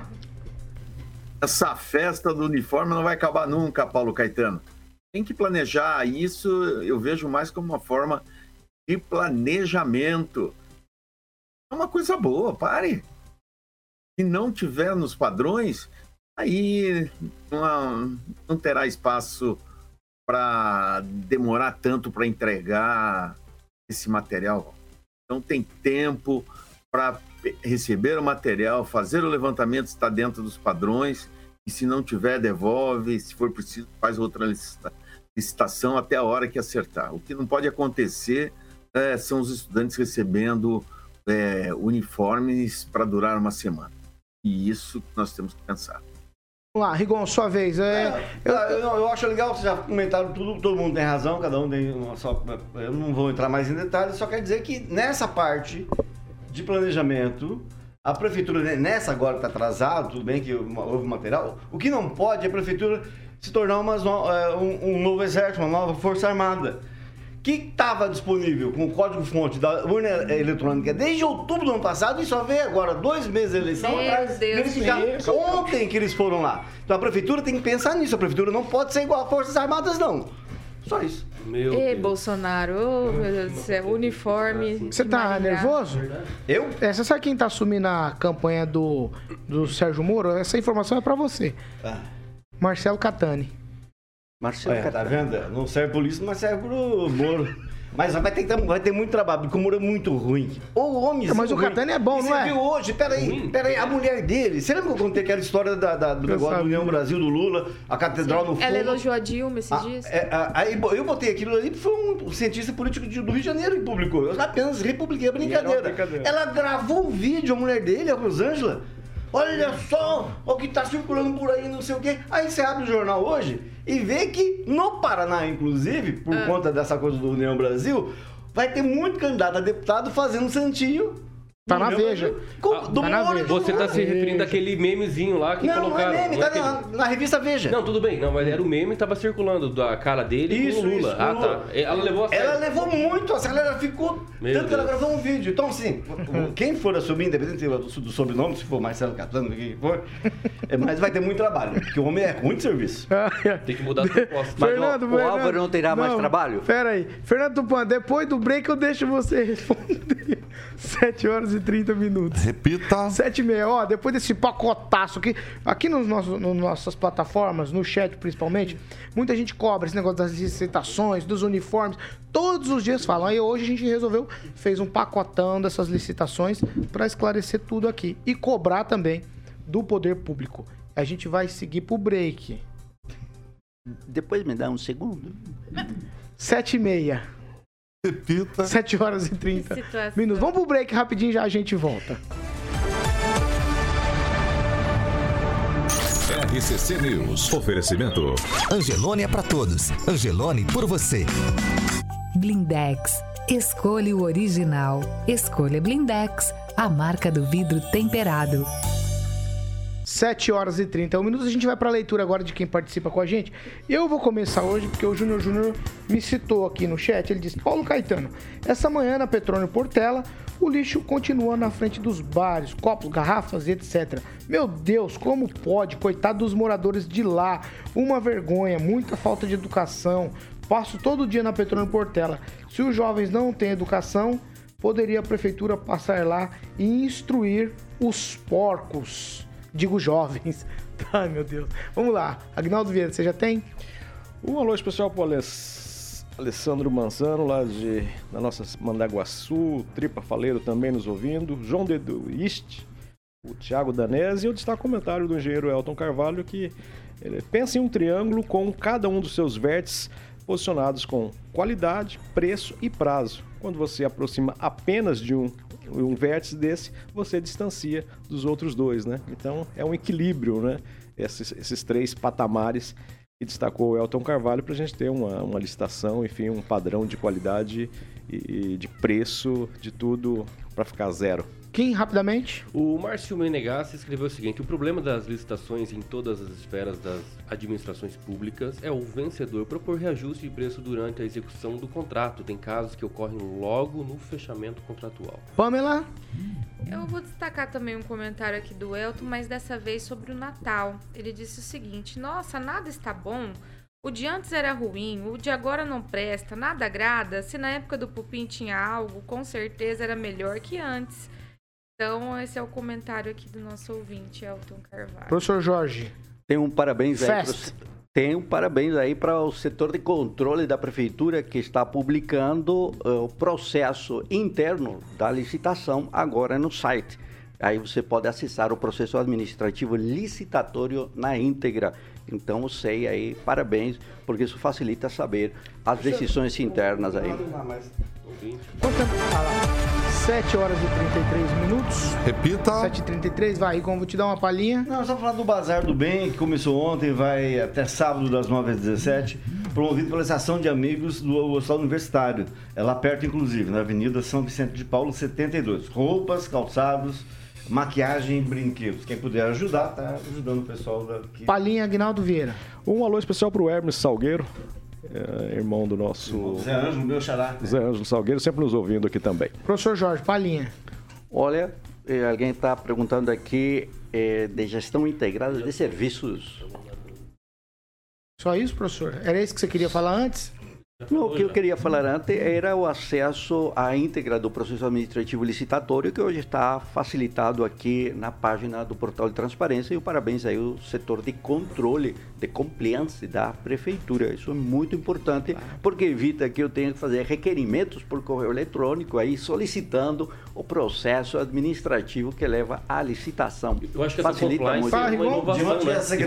Essa festa do uniforme não vai acabar nunca, Paulo Caetano. Tem que planejar isso, eu vejo mais como uma forma de planejamento. É uma coisa boa, pare. Se não tiver nos padrões, aí não terá espaço para demorar tanto para entregar esse material. Então tem tempo para receber o material, fazer o levantamento se está dentro dos padrões, e se não tiver, devolve, se for preciso, faz outra licitação até a hora que acertar. O que não pode acontecer são os estudantes recebendo uniformes para durar uma semana. E isso nós temos que pensar. Vamos lá, Rigon, sua vez. Eu acho legal, vocês já comentaram tudo, todo mundo tem razão, cada um tem eu não vou entrar mais em detalhes, só quero dizer que nessa parte de planejamento, a prefeitura, nessa agora que está atrasado, tudo bem que houve material, o que não pode é a prefeitura se tornar um novo exército, uma nova força armada, que estava disponível com o código-fonte da urna eletrônica desde outubro do ano passado e só veio agora 2 meses da eleição para verificar ontem que eles foram lá. Então a prefeitura tem que pensar nisso, a prefeitura não pode ser igual a Forças Armadas, não. Só isso. Bolsonaro, meu Deus do céu, uniforme. Você tá nervoso? Eu? Você sabe quem tá assumindo a campanha do Sérgio Moro? Essa informação é pra você. Marcelo Catani. Marcelo, tá vendo? Não serve pro Ulisses, mas serve pro Moro. Mas vai ter muito trabalho, porque o Moro é muito ruim. O homem. Mas o Catani é bom, não é? Você viu hoje? Peraí, a mulher dele. Você lembra que eu contei aquela história do negócio do União Brasil, do Lula, a catedral no fundo? Ela elogiou a Dilma esses dias. Aí eu botei aquilo ali, foi um cientista político do Rio de Janeiro que publicou. Eu apenas republiquei a brincadeira. Ela gravou o vídeo, a mulher dele, a Rosângela. Olha só o que tá circulando por aí, não sei o quê. Aí você abre o jornal hoje e vê que no Paraná, inclusive, por conta dessa coisa do União Brasil, vai ter muito candidato a deputado fazendo santinho. Tá na Veja. Você tá se referindo àquele memezinho lá que colocaram. Não é meme, tá na revista Veja. Não, tudo bem. Não, mas era o meme que tava circulando da cara dele com o Lula. Isso, tá. Ela levou a sério. Ela levou muito, a galera ficou... Tanto que ela gravou um vídeo. Então, assim, quem for assumir, independente do sobrenome, se for Marcelo Catani, quem for, mas vai ter muito trabalho, porque o homem é ruim de serviço. Tem que mudar a proposta. Mas o Álvaro não terá mais trabalho? Pera aí. Fernando Tupan, depois do break eu deixo você responder. 7h30. Repita. 7h30. Ó, depois desse pacotaço aqui nas nossas plataformas, no chat principalmente, muita gente cobra esse negócio das licitações, dos uniformes. Todos os dias falam. Aí hoje a gente fez um pacotão dessas licitações para esclarecer tudo aqui. E cobrar também do poder público. A gente vai seguir pro break. Depois me dá um segundo. 7h30. Repita. 7h30. Vamos pro break rapidinho, já a gente volta. RCC News. Oferecimento. Angelone é pra todos. Angelone por você. Blindex. Escolha o original. Escolha Blindex, a marca do vidro temperado. 7h31. A gente vai para a leitura agora de quem participa com a gente. Eu vou começar hoje porque o Júnior me citou aqui no chat. Ele disse: Paulo Caetano, essa manhã na Petrônio Portela, o lixo continua na frente dos bares, copos, garrafas e etc. Meu Deus, como pode? Coitado dos moradores de lá. Uma vergonha, muita falta de educação. Passo todo dia na Petrônio Portela. Se os jovens não têm educação, poderia a prefeitura passar lá e instruir os porcos. Digo jovens. Ai, meu Deus. Vamos lá. Agnaldo Vieira, você já tem? Um alô especial para o Alessandro Manzano, lá da nossa Mandaguaçu, Tripa Faleiro também nos ouvindo, João Deduíste, o Thiago Danese, e eu destaco o comentário do engenheiro Elton Carvalho, que ele pensa em um triângulo com cada um dos seus vértices posicionados com qualidade, preço e prazo. Quando você aproxima apenas de um vértice desse, você distancia dos outros dois, né? Então, é um equilíbrio, né? Esses três patamares que destacou o Elton Carvalho para a gente ter uma licitação, enfim, um padrão de qualidade e de preço, de tudo para ficar zero. Quem, rapidamente? O Márcio Menegassi escreveu o seguinte: o problema das licitações em todas as esferas das administrações públicas é o vencedor propor reajuste de preço durante a execução do contrato. Tem casos que ocorrem logo no fechamento contratual. Pamela? Eu vou destacar também um comentário aqui do Elton, mas dessa vez sobre o Natal. Ele disse o seguinte: nossa, nada está bom. O de antes era ruim, o de agora não presta, nada agrada. Se na época do Pupim tinha algo, com certeza era melhor que antes. Então, esse é o comentário aqui do nosso ouvinte, Elton Carvalho. Professor Jorge. Tem um parabéns aí para o setor de controle da prefeitura, que está publicando o processo interno da licitação agora no site. Aí você pode acessar o processo administrativo licitatório na íntegra. Então, o SEI aí, parabéns, porque isso facilita saber as decisões internas aí. Quanto tempo? 7h33. Repita. 7h33, vai, Rigon, vou te dar uma palhinha. Não, só falar do Bazar do Bem, que começou ontem, vai até sábado das 9 às 17, promovido pela Estação de Amigos do Hospital Universitário. É lá perto, inclusive, na Avenida São Vicente de Paulo, 72. Roupas, calçados, maquiagem e brinquedos. Quem puder ajudar, tá ajudando o pessoal daqui. Palhinha, Agnaldo Vieira. Um alô especial pro Hermes Salgueiro, irmão do nosso... Zé Ângelo, meu xará. Zé Ângelo Salgueiro, sempre nos ouvindo aqui também. Professor Jorge, palhinha. Olha, alguém está perguntando aqui de gestão integrada de serviços. Só isso, professor? Era isso que você queria falar antes? Não, o que eu queria falar antes era o acesso à íntegra do processo administrativo licitatório, que hoje está facilitado aqui na página do portal de transparência, e o parabéns aí ao setor de controle, de compliance da prefeitura. Isso é muito importante, porque evita que eu tenha que fazer requerimentos por correio eletrônico, aí solicitando o processo administrativo que leva à licitação. Eu acho que facilita essa muito. É uma inovação,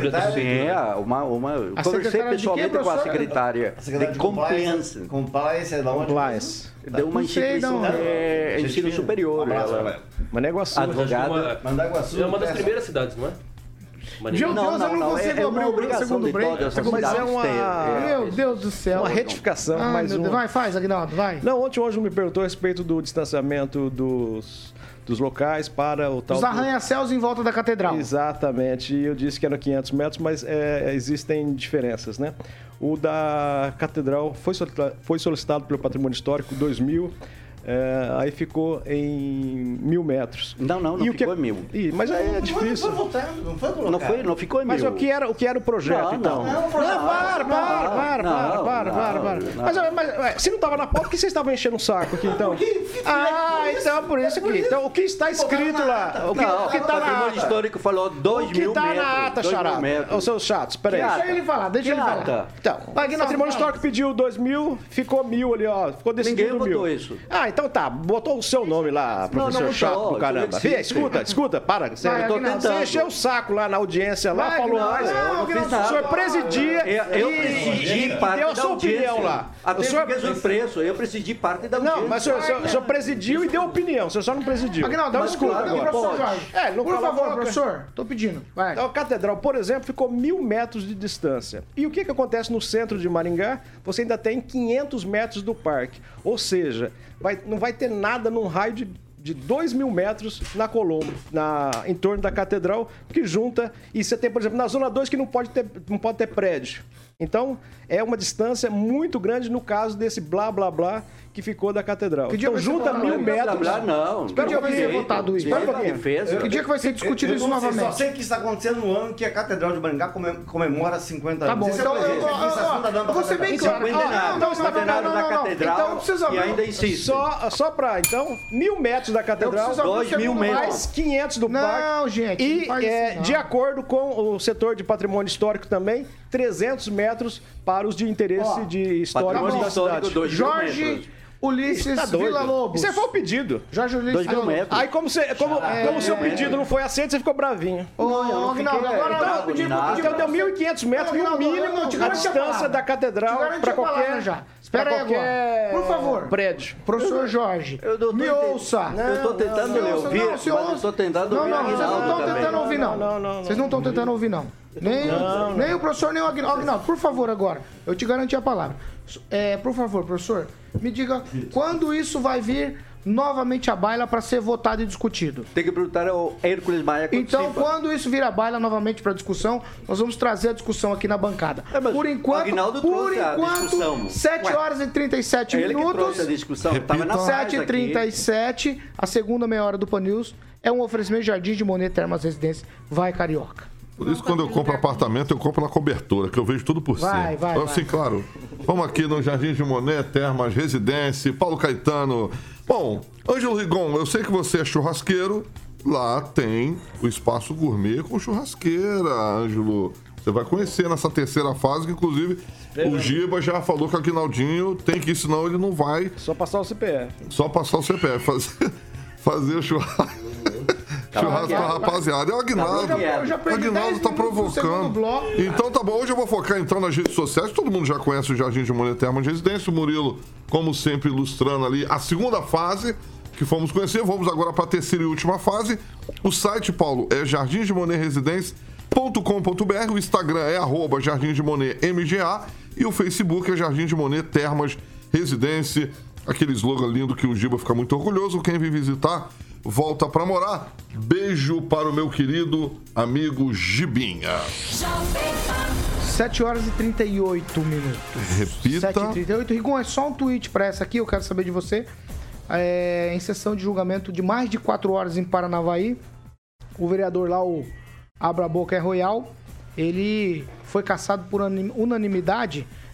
né? Eu conversei pessoalmente com a secretária de compliance. Compliance é da onde? Compliance. Deu uma instituição de ensino superior. Maneguaçu. Advogada. É uma das primeiras cidades, não é? Não, é uma obrigação de todas as mas cidades. é uma... Meu Deus do céu. Uma retificação. Vai, faz, Aguinaldo, vai. Não, ontem o Ângelo me perguntou a respeito do distanciamento dos locais para o tal... Os arranha-céus em volta da catedral. Exatamente, e eu disse que eram 500 metros, mas existem diferenças, né? O da catedral foi solicitado pelo Patrimônio Histórico 2000, aí ficou em 1.000 metros. Não ficou em 1.000. Mas aí é difícil. Não ficou em 1.000. Mas o que era o projeto, então? Para. Mas se não estava na pauta, por que vocês estavam enchendo o saco aqui, então? Então por isso aqui. Então o que está escrito lá? O que está na Patrimônio Histórico falou 2.000 metros. O que está na ata, Chará? Os seus chatos, peraí. Deixa ele falar. Então, o Patrimônio Histórico pediu 2.000, ficou 1.000 ali, ó. Ficou decidido 1.000. Ninguém botou isso. Então tá, botou o seu nome lá, professor chato do caramba. Escuta, para. Você encheu o saco lá na audiência, falou mais. O senhor presidia eu presidi parte deu a sua opinião lá. Até fiquei surpreso, eu presidi parte da audiência. Não, mas o senhor presidiu e deu opinião, o senhor só não presidiu. Aguinaldo, desculpa agora. Por favor, professor, tô pedindo. Vai. Então, a catedral, por exemplo, ficou 1.000 metros de distância. E o que acontece no centro de Maringá? Você ainda tem 500 metros do parque. Ou seja, não vai ter nada num raio de 2.000 metros na Colombo, em torno da catedral, que junta. E você tem, por exemplo, na Zona 2 que não pode ter prédio. Então, é uma distância muito grande no caso desse blá, blá, blá que ficou da catedral. Então, junta 1.000 metros. Não. Que dia vai ser votado isso? Espera um pouquinho. Que dia que vai ser discutido isso novamente? Só sei que isso está acontecendo no ano que a Catedral de Maringá comemora 50 anos. Tá bom, então eu vou ser bem claro. Então, está condenado na catedral e ainda insiste. Só para, então, 1.000 metros da catedral, 2.000 metros. Mais 500 do parque. Não, gente. E, de acordo com o setor de patrimônio histórico também, 300 metros para os de interesse histórico da cidade. Jorge Ulisses Vila Lobos. Isso foi o pedido. Jorge Ulisses Vila Lobos. Aí, como o seu pedido não foi aceito, você ficou bravinho. Aguinaldo, agora então deu 1.500 metros, no mínimo, a distância da catedral para qualquer... Espera aí agora. Por favor. Prédio. Professor Jorge, me ouça. Eu estou tentando ouvir, mas eu estou tentando ouvir. Vocês não estão tentando ouvir, não. Vocês não estão tentando ouvir, não. Nem o professor, nem o Aguinaldo. Por favor, agora. Eu te garanti a palavra. Por favor, professor, me diga quando isso vai vir novamente à baila para ser votado e discutido. Tem que perguntar ao Hércules Maia. Então, quando isso vir à baila novamente para discussão, nós vamos trazer a discussão aqui na bancada. Por enquanto, 7 horas e 37 minutos. Ele que trouxe a discussão. 7h37, a segunda meia hora do Pan News é um oferecimento de Jardim de Monet, Termas Residência, vai Carioca. Por isso, quando eu compro apartamento, eu compro na cobertura, que eu vejo tudo por cima. Então, assim, claro, vamos aqui no Jardim de Monet, Termas Residência, Paulo Caetano. Bom, Ângelo Rigon, eu sei que você é churrasqueiro. Lá tem o Espaço Gourmet com churrasqueira, Ângelo. Você vai conhecer nessa terceira fase, que inclusive o Giba já falou que o Aguinaldinho tem que ir, senão ele não vai. Só passar o CPF. Fazer o churrasco. Churrasco com a rapaziada. É o Aguinaldo. O Aguinaldo tá provocando. Então tá bom, hoje eu vou focar então nas redes sociais. Todo mundo já conhece o Jardim de Monet Termas de Residência. O Murilo, como sempre, ilustrando ali a segunda fase que fomos conhecer. Vamos agora para a terceira e última fase. O site, Paulo, é jardimdemonetresidência.com.br. O Instagram é @jardimdemonetmga e o Facebook é Jardim de Monet Termas Residência. Aquele slogan lindo que o Giba fica muito orgulhoso. Quem vem visitar, volta pra morar. Beijo para o meu querido amigo Gibinha. 7 horas e 38 minutos. Repita. 7h38. Rigon, é só um tweet pra essa aqui, eu quero saber de você. Em sessão de julgamento de mais de 4 horas em Paranavaí, o vereador lá, o Abra Boca Royal, ele foi cassado por unanimidade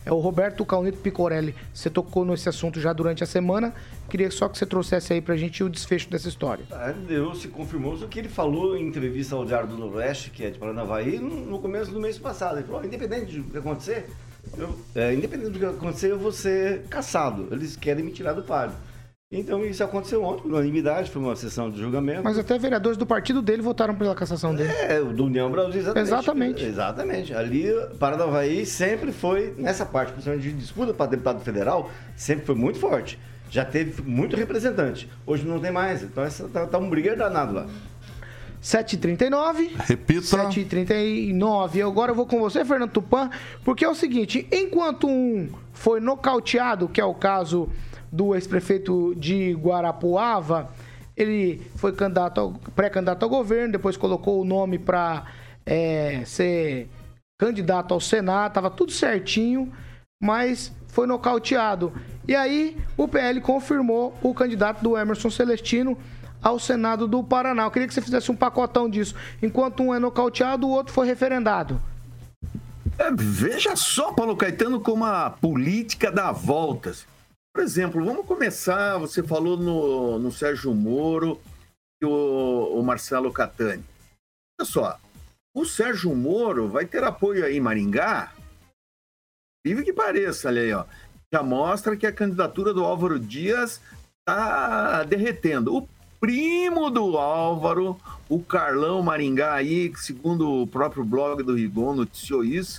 é o Roberto Caunito Picorelli. Você tocou nesse assunto já durante a semana. Queria só que você trouxesse aí pra gente o desfecho dessa história. Se confirmou o que ele falou em entrevista ao Diário do Noroeste, que é de Paranavaí, no começo do mês passado. Ele falou, independente do que acontecer, eu vou ser cassado. Eles querem me tirar do páreo. Então isso aconteceu ontem, por unanimidade, foi uma sessão de julgamento. Mas até vereadores do partido dele votaram pela cassação dele. Do União Brasil, exatamente. Ali, Paranavaí sempre foi, nessa parte, principalmente de disputa para deputado federal, sempre foi muito forte. Já teve muito representante. Hoje não tem mais, então tá um briga danado lá. 7h39. Repita. 7h39. Agora eu vou com você, Fernando Tupan, porque é o seguinte, enquanto um foi nocauteado, que é o caso do ex-prefeito de Guarapuava, ele foi pré-candidato ao governo, depois colocou o nome para ser candidato ao Senado, estava tudo certinho, mas foi nocauteado. E aí o PL confirmou o candidato do Emerson Celestino ao Senado do Paraná. Eu queria que você fizesse um pacotão disso. Enquanto um é nocauteado, o outro foi referendado. Veja só, Paulo Caetano, como a política dá voltas. Por exemplo, vamos começar, você falou no Sérgio Moro e o Marcelo Catani. Olha só, o Sérgio Moro vai ter apoio aí em Maringá, incrível que pareça, olha aí, ó. Já mostra que a candidatura do Álvaro Dias está derretendo. O primo do Álvaro, o Carlão Maringá aí, que segundo o próprio blog do Rigon noticiou isso,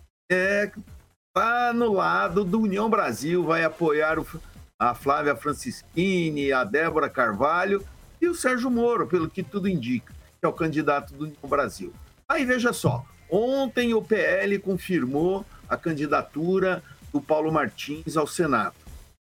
está no lado do União Brasil, vai apoiar a Flávia Francischini, a Débora Carvalho e o Sérgio Moro, pelo que tudo indica, que é o candidato do União Brasil. Aí veja só, ontem o PL confirmou a candidatura do Paulo Martins ao Senado.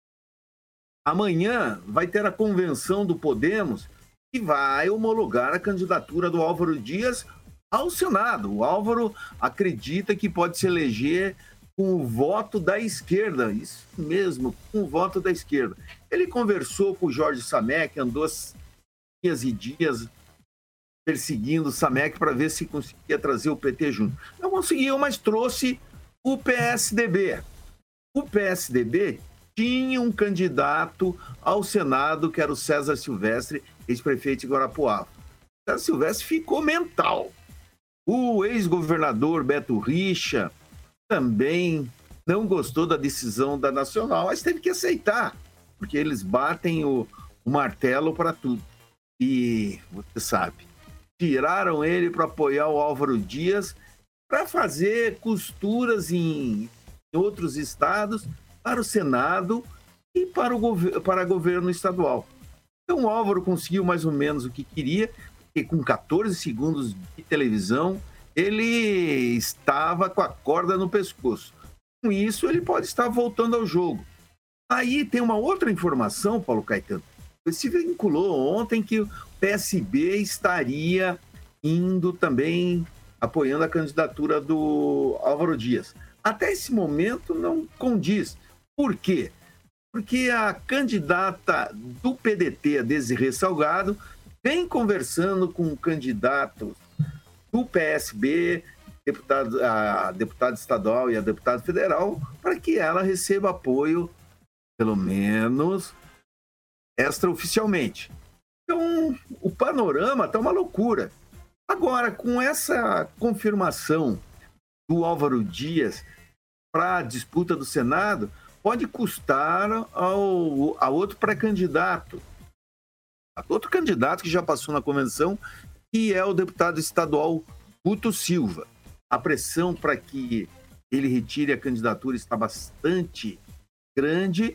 Amanhã vai ter a convenção do Podemos que vai homologar a candidatura do Álvaro Dias ao Senado. O Álvaro acredita que pode se eleger com o voto da esquerda, isso mesmo, com o voto da esquerda. Ele conversou com o Jorge Samek, andou dias e dias perseguindo o Samek para ver se conseguia trazer o PT junto. Não conseguiu, mas trouxe o PSDB. O PSDB tinha um candidato ao Senado, que era o César Silvestre, ex-prefeito de Guarapuava. O César Silvestre ficou mental. O ex-governador Beto Richa também não gostou da decisão da Nacional, mas teve que aceitar, porque eles batem o martelo para tudo. E, você sabe, tiraram ele para apoiar o Álvaro Dias para fazer costuras em outros estados, para o Senado e para o governo estadual. Então o Álvaro conseguiu mais ou menos o que queria, porque com 14 segundos de televisão, ele estava com a corda no pescoço. Com isso, ele pode estar voltando ao jogo. Aí tem uma outra informação, Paulo Caetano. Se vinculou ontem que o PSB estaria indo também apoiando a candidatura do Álvaro Dias. Até esse momento não condiz. Por quê? Porque a candidata do PDT, a Desirê Salgado, vem conversando com o candidato do PSB, a deputada estadual e a deputada federal, para que ela receba apoio, pelo menos extraoficialmente. Então, o panorama está uma loucura. Agora, com essa confirmação do Álvaro Dias para a disputa do Senado, pode custar a outro pré-candidato. Outro candidato que já passou na convenção, que é o deputado estadual Guto Silva. A pressão para que ele retire a candidatura está bastante grande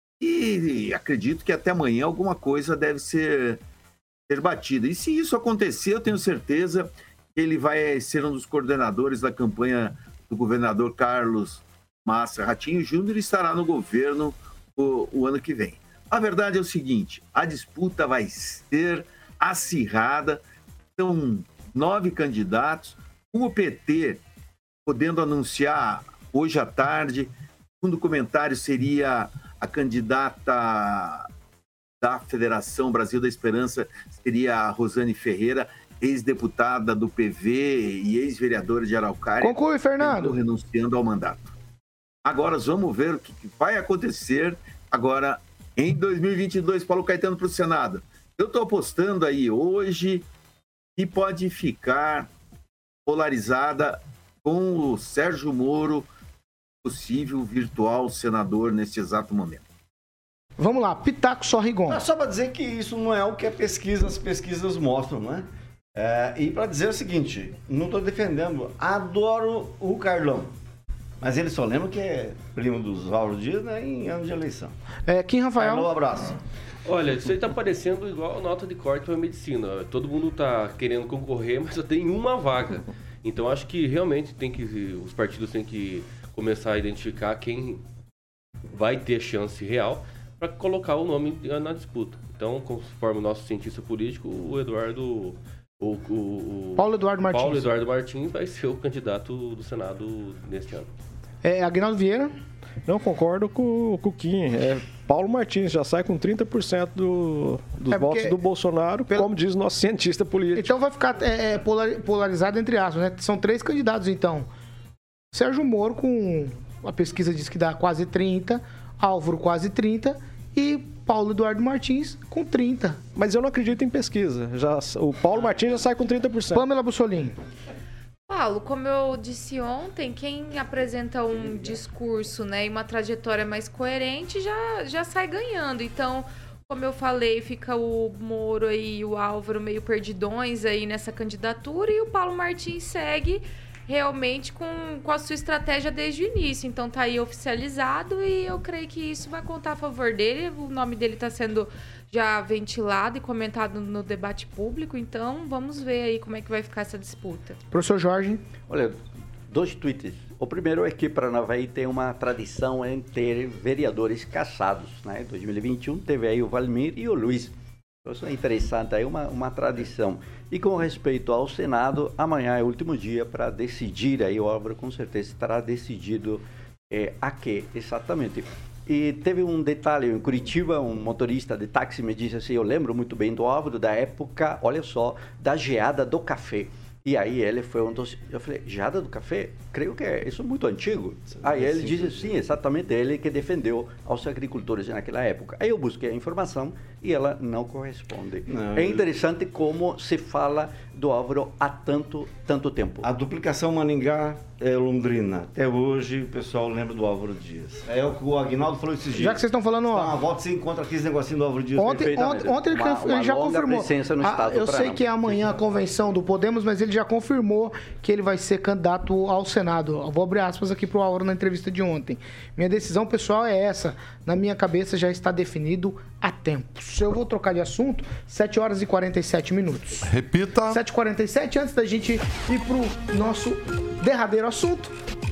e acredito que até amanhã alguma coisa deve ser batida. E se isso acontecer, eu tenho certeza que ele vai ser um dos coordenadores da campanha do governador Carlos Massa Ratinho Júnior e estará no governo o ano que vem. A verdade é o seguinte, a disputa vai ser acirrada, são 9 candidatos, com o PT podendo anunciar hoje à tarde, segundo comentário seria a candidata da Federação Brasil da Esperança, seria a Rosane Ferreira, ex-deputada do PV e ex-vereadora de Araucária. Conclui, Fernando. Renunciando ao mandato. Agora vamos ver o que vai acontecer agora em 2022, Paulo Caetano para o Senado. Eu estou apostando aí hoje que pode ficar polarizada com o Sérgio Moro, possível virtual senador neste exato momento. Vamos lá, Pitaco Sorrigon. Só para dizer que isso não é o que as pesquisas mostram, né? E para dizer o seguinte, não estou defendendo, adoro o Carlão, mas ele só lembra que é primo dos Álvaro Dias, né, em ano de eleição. Kim Rafael. Um abraço. Olha, isso aí tá parecendo igual nota de corte para medicina. Todo mundo tá querendo concorrer, mas só tem uma vaga. Então acho que realmente os partidos têm que começar a identificar quem vai ter chance real para colocar o nome na disputa. Então, conforme o nosso cientista político, o Eduardo... Paulo Eduardo Martins. Paulo Eduardo Martins vai ser o candidato do Senado neste ano. Aguinaldo Vieira? Não, concordo com o Kim. Paulo Martins já sai com 30% dos votos do Bolsonaro, como diz o nosso cientista político. Então vai ficar polarizado entre aspas, né? São 3 candidatos, então. Sérgio Moro, com a pesquisa diz que dá quase 30%, Álvaro quase 30% e Paulo Eduardo Martins com 30%. Mas eu não acredito em pesquisa. O Paulo Martins já sai com 30%. Pamela Bussolini. Paulo, como eu disse ontem, quem apresenta um discurso, né, e uma trajetória mais coerente já sai ganhando. Então, como eu falei, fica o Moro e o Álvaro meio perdidões aí nessa candidatura e o Paulo Martins segue realmente com a sua estratégia desde o início. Então tá aí oficializado e eu creio que isso vai contar a favor dele. O nome dele está sendo já ventilado e comentado no debate público. Então vamos ver aí como é que vai ficar essa disputa. Professor Jorge. Olha, 2 tweets. O primeiro é que Paranavaí tem uma tradição em ter vereadores caçados, né? Em 2021 teve aí o Valmir e o Luiz. Isso é interessante, aí uma tradição. E com respeito ao Senado, amanhã é o último dia para decidir, aí o Álvaro com certeza estará decidido a quê exatamente. E teve um detalhe, em Curitiba, um motorista de táxi me disse assim, eu lembro muito bem do Álvaro, da época, olha só, da geada do café. E aí ele foi um dos... Eu falei, geada do café? Creio que isso é muito antigo. Aí ele disse, sim, exatamente, ele que defendeu aos agricultores naquela época. Aí eu busquei a informação e ela não corresponde. Não, é interessante como se fala do Álvaro há tanto tempo. A duplicação Maringá-Londrina. Até hoje o pessoal lembra do Álvaro Dias. É o que o Aguinaldo falou esses dias. Já que vocês estão falando... Uma volta você encontra aquele negocinho do Álvaro Dias. Ontem ele já confirmou. Eu sei que é amanhã a convenção do Podemos, mas ele já confirmou que ele vai ser candidato ao Senado. Eu vou abrir aspas aqui pro Álvaro na entrevista de ontem. Minha decisão pessoal é essa. Na minha cabeça já está definido há tempo. Se eu vou trocar de assunto, 7 horas e 47 minutos. Repita. 7h47, antes da gente ir pro nosso derradeiro assunto.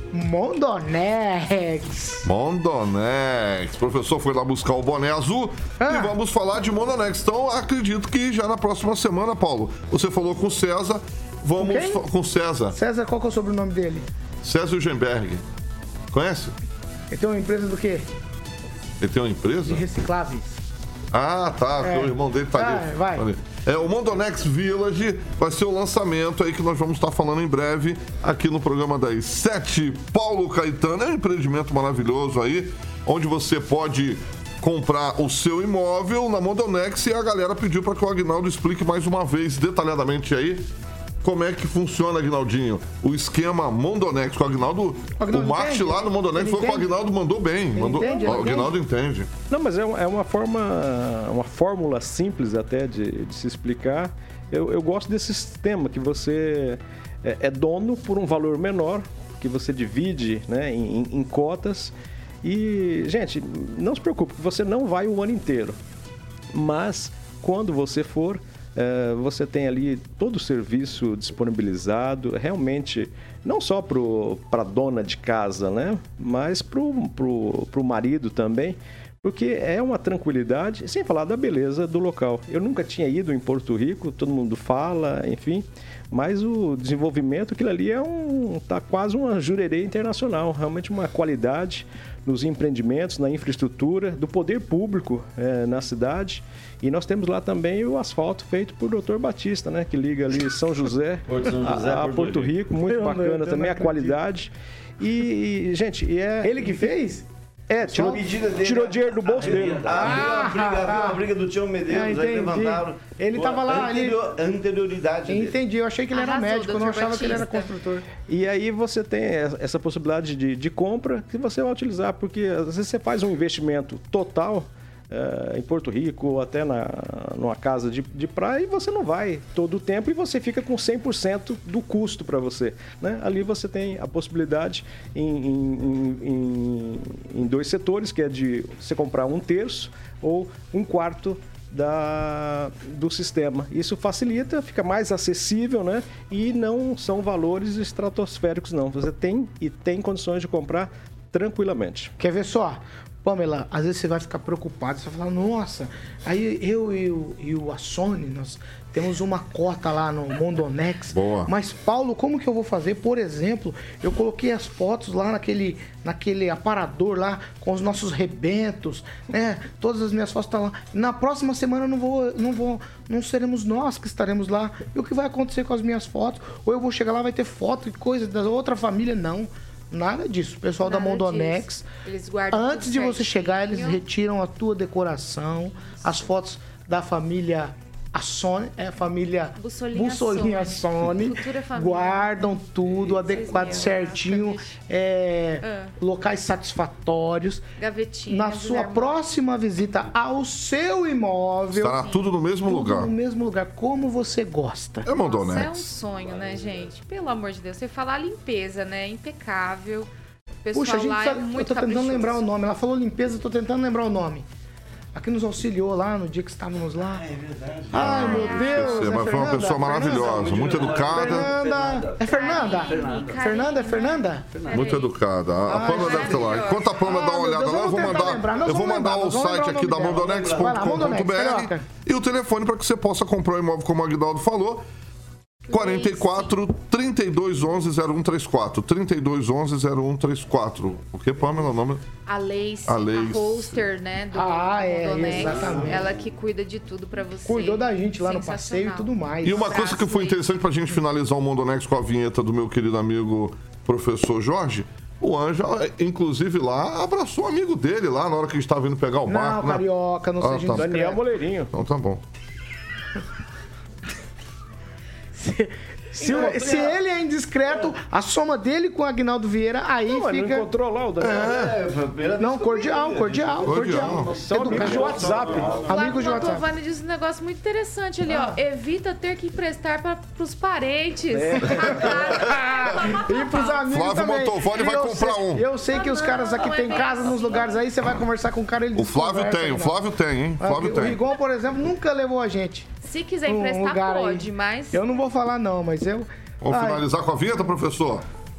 Mondonex. Mondonex. O professor foi lá buscar o boné azul e vamos falar de Mondonex. Então, acredito que já na próxima semana, Paulo, você falou com o César. Vamos com o César. César, qual que é o sobrenome dele? César Hugenberg. Conhece? Ele tem uma empresa do quê? Ele tem uma empresa? De recicláveis. Ah, tá. O irmão dele tá ali. Vai. O Mondonex Village vai ser o lançamento aí que nós vamos estar falando em breve aqui no programa das 7. Paulo Caetano. É um empreendimento maravilhoso aí, onde você pode comprar o seu imóvel na Mondonex e a galera pediu para que o Aguinaldo explique mais uma vez, detalhadamente aí, como é que funciona, Aguinaldinho, o esquema Mondonex com o Aguinaldo. O marketing lá no Mondonex foi que o Aguinaldo mandou bem. O Aguinaldo entende. Não, mas é uma fórmula simples até de se explicar. Eu gosto desse sistema que você é dono por um valor menor, que você divide, né, em cotas. E, gente, não se preocupe, você não vai o ano inteiro. Mas, quando você for... você tem ali todo o serviço disponibilizado, realmente, não só para a dona de casa, né? Mas para o marido também, Porque é uma tranquilidade, sem falar da beleza do local. Eu nunca tinha ido em Porto Rico, todo mundo fala, enfim, mas o desenvolvimento, aquilo ali tá quase uma jurerê internacional, realmente uma qualidade nos empreendimentos, na infraestrutura, do poder público na cidade. E nós temos lá também o asfalto feito por Dr. Batista, né, que liga ali São José a Porto Rico, muito bacana também a qualidade. E gente, Ele que fez? Tirou dinheiro do bolso dele. A briga do Tião Medeiros, aí levantaram. Ele tava lá. A anterioridade dele. Entendi, eu achei que ele era médico, eu não achava que ele era construtor. E aí você tem essa possibilidade de compra que você vai utilizar, porque às vezes você faz um investimento total em Porto Rico ou até numa casa de praia e você não vai todo o tempo e você fica com 100% do custo para você, né? Ali você tem a possibilidade em 2 setores, que é de você comprar 1/3 ou 1/4 do sistema. Isso facilita, fica mais acessível, né? E não são valores estratosféricos, não. Você tem condições de comprar tranquilamente. Quer ver só? Pamela, às vezes você vai ficar preocupado, você vai falar, nossa, aí eu e a Sony, nós temos uma cota lá no Mondonex. Boa. Mas, Paulo, como que eu vou fazer? Por exemplo, eu coloquei as fotos lá naquele aparador lá, com os nossos rebentos, né? Todas as minhas fotos estão lá. Na próxima semana não seremos nós que estaremos lá. E o que vai acontecer com as minhas fotos? Ou eu vou chegar lá, vai ter foto e coisa da outra família? Não. Nada disso. O pessoal da Mondonex, eles guardam antes de você chegar, eles retiram a tua decoração, as fotos da família a Sony, a família Bussolinha Sony, guardam tudo adequado, certinho, locais satisfatórios. Gavetinhas. Na sua próxima visita ao seu imóvel, estará tudo no mesmo lugar. No mesmo lugar, como você gosta. É Mondonex. É um sonho, né, gente? Pelo amor de Deus. Você falar limpeza, né? Impecável. O pessoal Puxa, a gente lá é muito eu tô tentando caprichoso. lembrar o nome. Ela falou limpeza, eu tô tentando lembrar o nome. Aqui nos auxiliou lá no dia que estávamos lá. É verdade. Ai, meu Deus. Mas foi uma pessoa maravilhosa, muito educada. Fernanda? Muito educada. A Pamela deve estar lá. Enquanto a Pamela dá uma olhada lá, eu vou mandar o site aqui da mondonex.com.br e o telefone para que você possa comprar o imóvel, como o Aguinaldo falou. 44 32 11 0134. 32 11 0134. O que, Pamela? O nome? A Lace, a hoster, né? Do Mondonex. Exatamente. Ela que cuida de tudo pra você. Cuidou da gente lá no passeio e tudo mais. E uma coisa que foi interessante pra gente finalizar o Mondonex com a vinheta do meu querido amigo professor Jorge. O Ângelo, inclusive lá, abraçou o amigo dele lá na hora que a gente estava indo pegar o barco. Não, carioca, não seja tá. Daniel Moleirinho. Então tá bom. Se ele é indiscreto, a soma dele com o Aguinaldo Vieira, aí não, fica... Não encontrou lá o Daniel. Não, cordial. São amigos de WhatsApp. Amigos de WhatsApp. O Giovanni disse um negócio muito interessante ali, ó. Evita ter que emprestar pros parentes. E pros amigos Flávio também. Mantovani vai comprar um. Eu sei que os caras aqui têm casa nos lugares aí, você vai conversar com o cara, ele O Flávio tem, hein? O Rigon, por exemplo, nunca levou a gente. Se quiser emprestar, pode, mas... Eu não vou falar não, mas eu... Vamos finalizar com a vinheta, professor?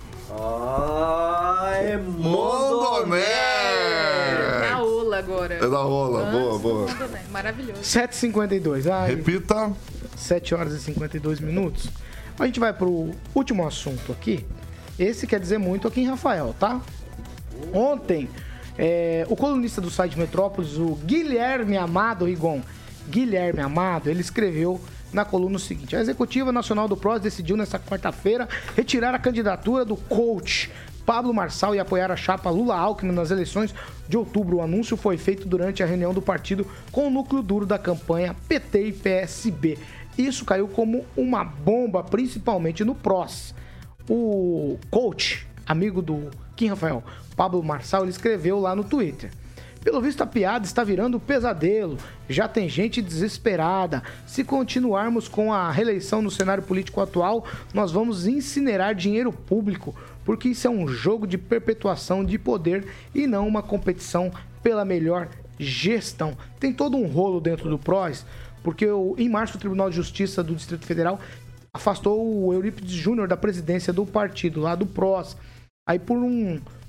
É Mondonex! Na ola agora. É da ola, boa. Maravilhoso. 7h52. Repita. 7 horas e 52 minutos. A gente vai pro último assunto aqui. Esse quer dizer muito aqui em Rafael, tá? Ontem, o colunista do site Metrópolis, o Guilherme Amado Rigon, ele escreveu na coluna o seguinte: a Executiva Nacional do PROS decidiu nesta quarta-feira retirar a candidatura do coach Pablo Marçal e apoiar a chapa Lula-Alckmin nas eleições de outubro. O anúncio foi feito durante a reunião do partido com o núcleo duro da campanha PT e PSB. Isso caiu como uma bomba, principalmente no PROS. O coach, amigo do Kim Rafael, Pablo Marçal, ele escreveu lá no Twitter: pelo visto, a piada está virando pesadelo. Já tem gente desesperada. Se continuarmos com a reeleição no cenário político atual, nós vamos incinerar dinheiro público, porque isso é um jogo de perpetuação de poder e não uma competição pela melhor gestão. Tem todo um rolo dentro do PROS, porque em março o Tribunal de Justiça do Distrito Federal afastou o Eurípides Júnior da presidência do partido, lá do PROS. Aí por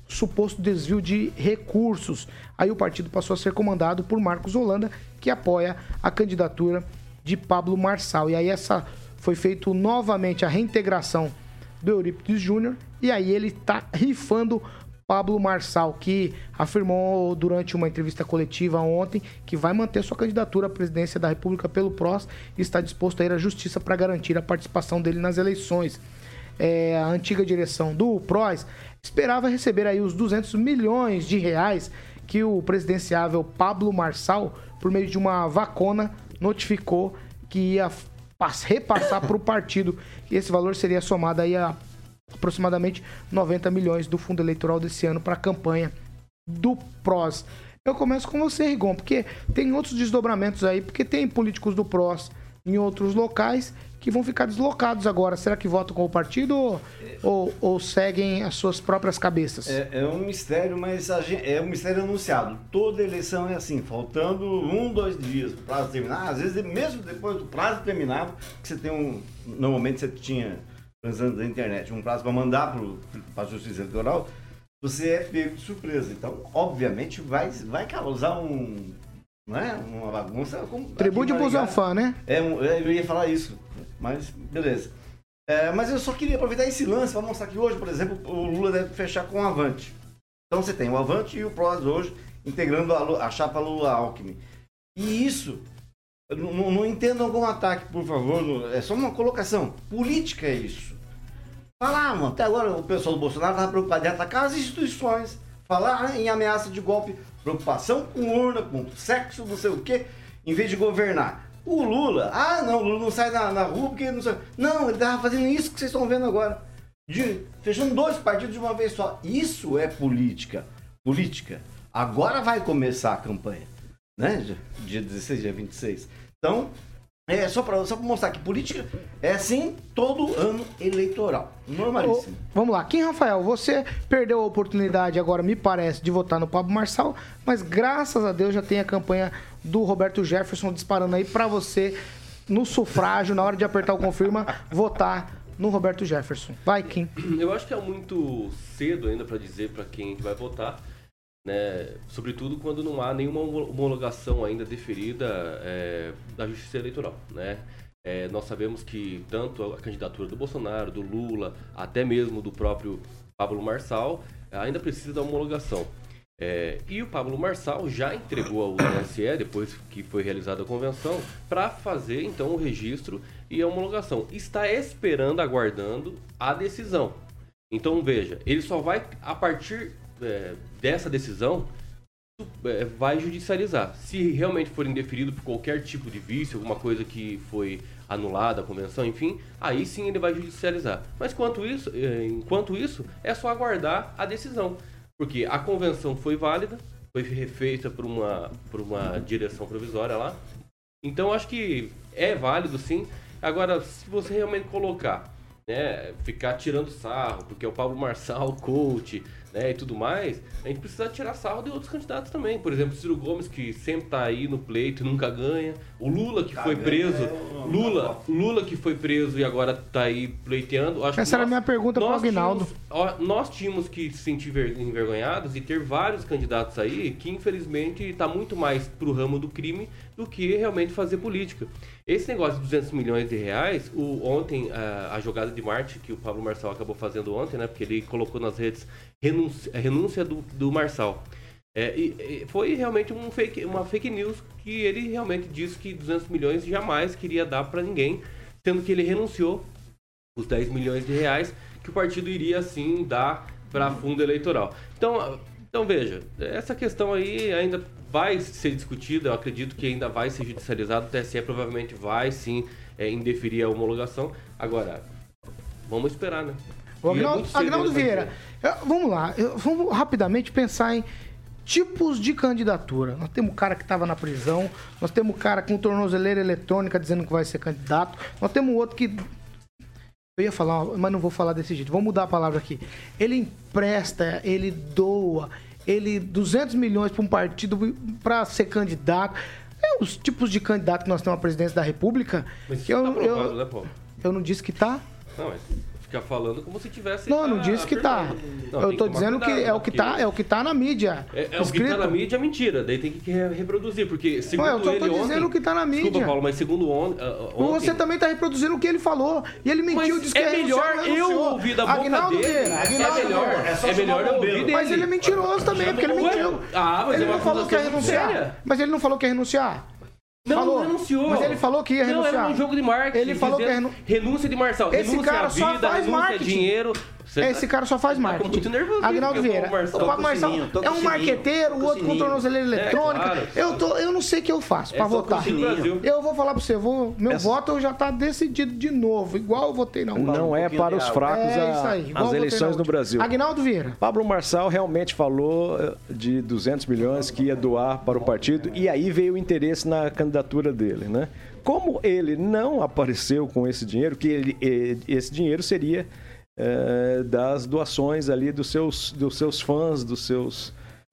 suposto desvio de recursos. Aí o partido passou a ser comandado por Marcos Holanda, que apoia a candidatura de Pablo Marçal. E aí essa foi feita novamente a reintegração do Eurípides Júnior, e aí ele está rifando Pablo Marçal, que afirmou durante uma entrevista coletiva ontem que vai manter sua candidatura à presidência da República pelo PROS e está disposto a ir à justiça para garantir a participação dele nas eleições. A antiga direção do PROS esperava receber aí os 200 milhões de reais que o presidenciável Pablo Marçal, por meio de uma vacona, notificou que ia repassar para o partido. E esse valor seria somado aí a aproximadamente 90 milhões do fundo eleitoral desse ano para a campanha do PROS. Eu começo com você, Rigon, porque tem outros desdobramentos aí, porque tem políticos do PROS em outros locais que vão ficar deslocados agora. Será que votam com o partido ou seguem as suas próprias cabeças? É um mistério, mas é um mistério anunciado. Toda eleição é assim, faltando 1-2 dias para o prazo terminar. Às vezes, mesmo depois do prazo terminado, que você tem normalmente você tinha, transando da internet, um prazo para mandar para a Justiça Eleitoral, você é pego de surpresa. Então, obviamente, vai causar uma bagunça. Tributo de Busanfan, né? Eu ia falar isso, mas beleza. Mas eu só queria aproveitar esse lance para mostrar que hoje, por exemplo, o Lula deve fechar com o Avante. Então você tem o Avante e o PROS hoje integrando a chapa Lula-Alckmin. E isso, não entendam como ataque, por favor, é só uma colocação. Política é isso. Falar, mano, até agora o pessoal do Bolsonaro estava preocupado em atacar as instituições, falar em ameaça de golpe, preocupação com urna, com sexo, não sei o quê, em vez de governar. O Lula, o Lula não sai na rua porque não sai. Não, ele estava fazendo isso que vocês estão vendo agora. Fechando 2 partidos de uma vez só. Isso é política. Política. Agora vai começar a campanha, né? Dia 16, dia 26. Então, só para mostrar que política é assim todo ano eleitoral. Normalíssimo. Vamos lá. Kim Rafael, você perdeu a oportunidade agora, me parece, de votar no Pablo Marçal, mas graças a Deus já tem a campanha do Roberto Jefferson disparando aí para você, no sufrágio, na hora de apertar o confirma, votar no Roberto Jefferson. Vai, Kim. Eu acho que é muito cedo ainda para dizer para quem vai votar, né? Sobretudo quando não há nenhuma homologação ainda deferida da Justiça Eleitoral, né? Nós sabemos que tanto a candidatura do Bolsonaro, do Lula, até mesmo do próprio Pablo Marçal, ainda precisa da homologação. E o Pablo Marçal já entregou ao TSE, depois que foi realizada a convenção, para fazer então o registro e a homologação. Está esperando, aguardando a decisão. Então veja, ele só vai, a partir dessa decisão, vai judicializar. Se realmente for indeferido por qualquer tipo de vício, alguma coisa que foi anulada a convenção, enfim, aí sim ele vai judicializar. Mas enquanto isso, é só aguardar a decisão. Porque a convenção foi válida, foi refeita por uma direção provisória lá. Então, acho que é válido, sim. Agora, se você realmente colocar, né, ficar tirando sarro, porque é o Pablo Marçal, coach, né, e tudo mais, a gente precisa tirar sarro de outros candidatos também. Por exemplo, Ciro Gomes, que sempre tá aí no pleito e nunca ganha. O Lula, que foi preso. Lula, que foi preso e agora tá aí pleiteando. Essa era a minha pergunta pro Aguinaldo. Nós tínhamos que se sentir envergonhados e ter vários candidatos aí que, infelizmente, tá muito mais pro ramo do crime do que realmente fazer política. Esse negócio de 200 milhões de reais, ontem, a jogada de Marte que o Pablo Marçal acabou fazendo ontem, né, porque ele colocou nas redes a renúncia do Marçal. E foi realmente uma fake news que ele realmente disse que 200 milhões jamais queria dar para ninguém, sendo que ele renunciou os 10 milhões de reais que o partido iria, sim, dar para fundo eleitoral. Então, veja, essa questão aí ainda vai ser discutida, eu acredito que ainda vai ser judicializado, o TSE provavelmente vai, sim, indeferir a homologação. Agora, vamos esperar, né? Aguinaldo Vieira, vamos lá, vamos rapidamente pensar em tipos de candidatura. Nós temos o cara que estava na prisão, nós temos o cara com tornozeleira eletrônica dizendo que vai ser candidato, nós temos o outro que... Eu ia falar, mas não vou falar desse jeito, vou mudar a palavra aqui. Ele empresta, ele doa, 200 milhões para um partido para ser candidato. Os tipos de candidato que nós temos à presidência da República... Mas isso tá provado, né, Paulo? Eu não disse que tá... Não, mas fica falando como se tivesse... Não disse que tá. Eu tô dizendo que é o que tá na mídia. É o que tá na mídia é mentira. Daí tem que reproduzir, porque segundo eu tô dizendo o que tá na mídia. Desculpa, Paulo, mas segundo ontem... Você também tá reproduzindo o que ele falou. E ele mentiu, disse que é melhor eu ouvir da boca dele. É melhor eu ouvir dele. Mas ele é mentiroso também, porque ele mentiu. Mas ele não falou que ia renunciar. Mas ele não falou que ia renunciar. Não renunciou. Mas ele falou que ia renunciar. Não, era um jogo de marketing. Ele falou que ia renúncia de Marçal. Esse cara só faz marketing. Dinheiro. Esse cara só faz marketing. Muito nervoso. Aguinaldo Vieira. O Pablo Marçal é um marqueteiro, o outro com tornozeleira eletrônica. Eu não sei o que eu faço pra votar. Eu vou falar pra você, meu voto já tá decidido de novo, igual eu votei na última. Não é para os fracos as eleições no Brasil. Aguinaldo Vieira. Pablo Marçal realmente falou de 200 milhões que ia doar para o partido e aí veio o interesse na candidatura dele, né? Como ele não apareceu com esse dinheiro, esse dinheiro seria das doações ali dos seus fãs, dos seus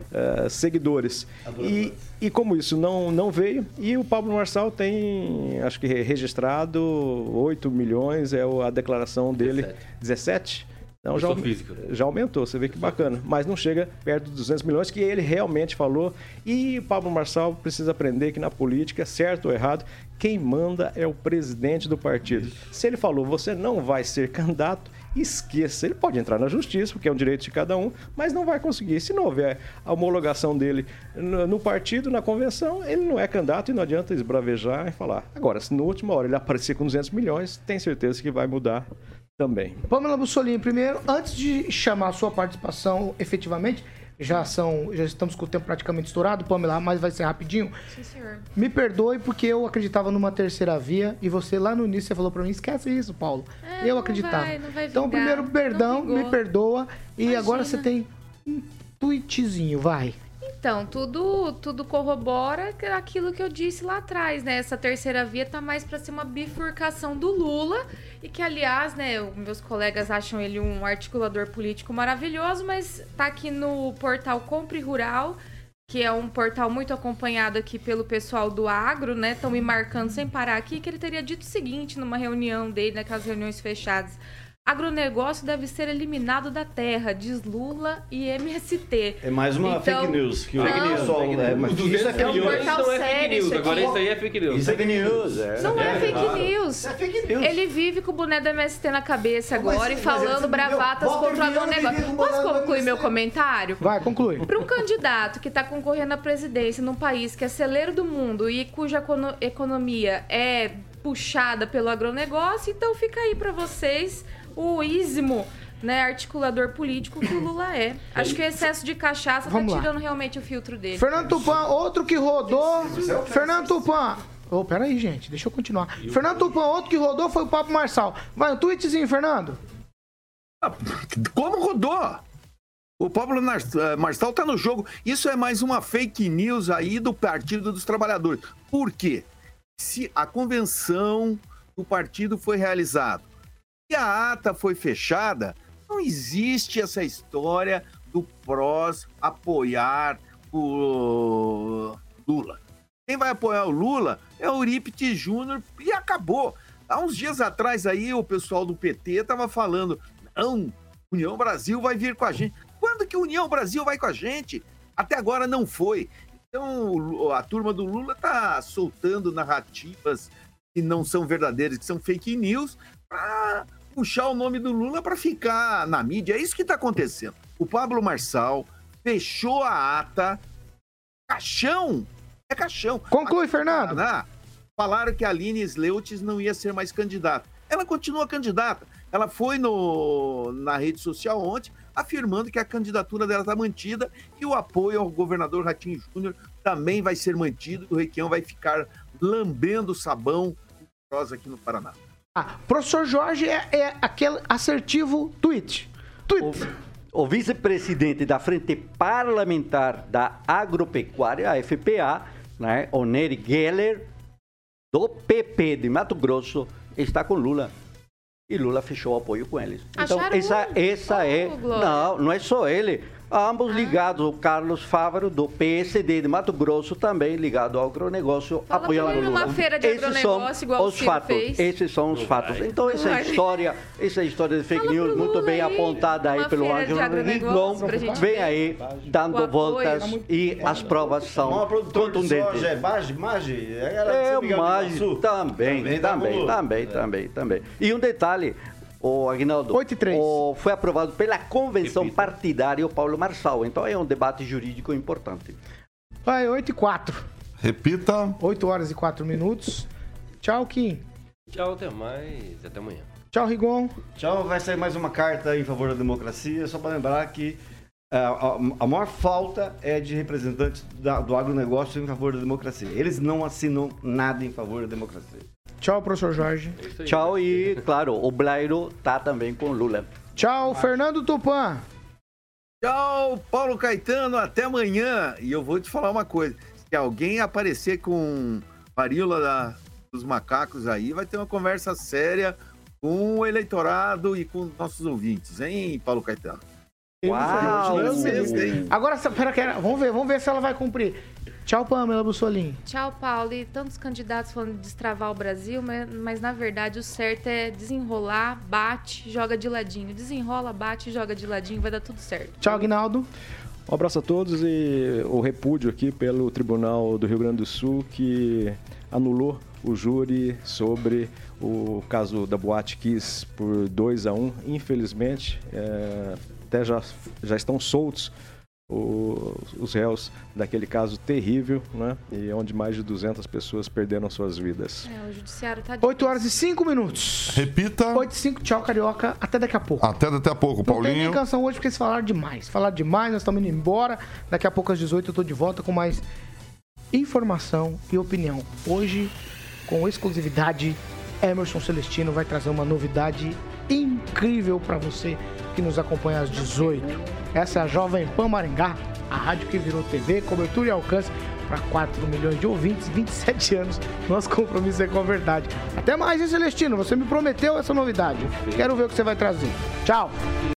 seguidores. E como isso não veio, e o Pablo Marçal tem, acho que registrado 8 milhões, é a declaração dele, 17? Não, já aumentou, você vê que bacana. Mas não chega perto dos 200 milhões que ele realmente falou. E o Pablo Marçal precisa aprender que na política, certo ou errado, quem manda é o presidente do partido. Se ele falou, você não vai ser candidato, esqueça. Ele pode entrar na justiça, porque é um direito de cada um, mas não vai conseguir. Se não houver a homologação dele no partido, na convenção, ele não é candidato e não adianta esbravejar e falar. Agora, se na última hora ele aparecer com 200 milhões, tem certeza que vai mudar também. Pamela Bussolini, primeiro, antes de chamar a sua participação efetivamente, já estamos com o tempo praticamente estourado, Pamela, mas vai ser rapidinho. Sim, senhor. Me perdoe porque eu acreditava numa terceira via e você lá no início você falou pra mim, esquece isso, Paulo. Eu acreditava. Não vai então, primeiro, perdão, me perdoa. E imagina. Agora você tem um tweetzinho, vai. Então, tudo corrobora aquilo que eu disse lá atrás, né? Essa terceira via tá mais para ser uma bifurcação do Lula e que, aliás, né, meus colegas acham ele um articulador político maravilhoso, mas tá aqui no portal Compre Rural, que é um portal muito acompanhado aqui pelo pessoal do agro, né? Estão me marcando sem parar aqui que ele teria dito o seguinte numa reunião dele, naquelas reuniões fechadas. Agronegócio deve ser eliminado da terra, diz Lula e MST. É mais uma fake news. Que fake news. Isso é fake news. Não é fake news. Agora isso aí é fake news. Isso é fake news. Não é fake news. É fake news. Ele vive com o boné do MST na cabeça agora e falando bravatas contra o agronegócio. Posso concluir meu comentário? Vai, conclui. Para um candidato que está concorrendo à presidência num país que é celeiro do mundo e cuja economia é puxada pelo agronegócio, então fica aí para vocês o ismo, né, articulador político que o Lula é. Acho que o excesso de cachaça tá tirando realmente o filtro dele. Fernando Tupan, outro que rodou... Fernando Tupan... peraí, gente, deixa eu continuar. Fernando Tupan, outro que rodou foi o Pablo Marçal. Vai, um tweetzinho, Fernando. Como rodou? O Pablo Marçal tá no jogo. Isso é mais uma fake news aí do Partido dos Trabalhadores. Por quê? Se a convenção do partido foi realizada e a ata foi fechada, não existe essa história do PROS apoiar o Lula. Quem vai apoiar o Lula é o Eurípides Júnior e acabou. Há uns dias atrás aí o pessoal do PT estava falando, não, União Brasil vai vir com a gente. Quando que União Brasil vai com a gente? Até agora não foi. Então a turma do Lula está soltando narrativas que não são verdadeiras, que são fake news, para puxar o nome do Lula para ficar na mídia. É isso que está acontecendo. O Pablo Marçal fechou a ata. Caixão. É caixão. Conclui, Fernando. Falaram que a Aline Sleutz não ia ser mais candidata. Ela continua candidata. Ela foi na rede social ontem afirmando que a candidatura dela está mantida e o apoio ao governador Ratinho Júnior também vai ser mantido. O Requião vai ficar lambendo sabão aqui no Paraná. Professor Jorge é aquele assertivo tweet. O vice-presidente da Frente Parlamentar da Agropecuária, a FPA, né, o Nery Geller, do PP de Mato Grosso, está com Lula. E Lula fechou o apoio com eles. Então, essa é... Não é só ele. Ambos ligados, o Carlos Fávaro, do PSD de Mato Grosso, também ligado ao agronegócio, apoiando o Lula. Numa feira de agronegócio, igual os fatos. Fez. Esses são os fatos. Então, essa história de fake news, muito bem apontada aí pelo Ângelo Rigon, vem aí, dando voltas e as provas são contundentes. É Mage? Mage também. E um detalhe, o Aguinaldo, 8-3. Foi aprovado pela convenção partidária o Paulo Marçal. Então é um debate jurídico importante. Vai, 8-4. Repita. 8 horas e 4 minutos. Tchau, Kim. Tchau, até mais. Até amanhã. Tchau, Rigon. Tchau, vai sair mais uma carta em favor da democracia. Só para lembrar que a maior falta é de representantes do agronegócio em favor da democracia. Eles não assinam nada em favor da democracia. Tchau, professor Jorge. Tchau e, claro, o Blairo tá também com Lula. Tchau, Fernando Tupan. Tchau, Paulo Caetano. Até amanhã. E eu vou te falar uma coisa. Se alguém aparecer com varíola dos macacos aí, vai ter uma conversa séria com o eleitorado e com nossos ouvintes, hein, Paulo Caetano? Uau! Agora, vamos ver se ela vai cumprir. Tchau, Pamela Bussolini. Tchau, Paulo. E tantos candidatos falando de destravar o Brasil, mas na verdade o certo é desenrolar, bate, joga de ladinho. Desenrola, bate, joga de ladinho, vai dar tudo certo. Tchau, Aguinaldo. Um abraço a todos e o repúdio aqui pelo Tribunal do Rio Grande do Sul que anulou o júri sobre o caso da Boate Kiss por 2-1. Infelizmente, até já estão soltos os réus daquele caso terrível, né? E onde mais de 200 pessoas perderam suas vidas. O judiciário tá 8 horas e 5 minutos. Repita. 8 e 5, tchau, Carioca. Até daqui a pouco. Até daqui a pouco, Paulinho. Não tem nem canção hoje porque eles falaram demais. Nós estamos indo embora. Daqui a pouco às 18 eu tô de volta com mais informação e opinião. Hoje, com exclusividade, Emerson Celestino vai trazer uma novidade incrível para você que nos acompanha às 18. Essa é a Jovem Pan Maringá, a rádio que virou TV, cobertura e alcance para 4 milhões de ouvintes, 27 anos. Nosso compromisso é com a verdade. Até mais, hein, Celestino? Você me prometeu essa novidade. Quero ver o que você vai trazer. Tchau!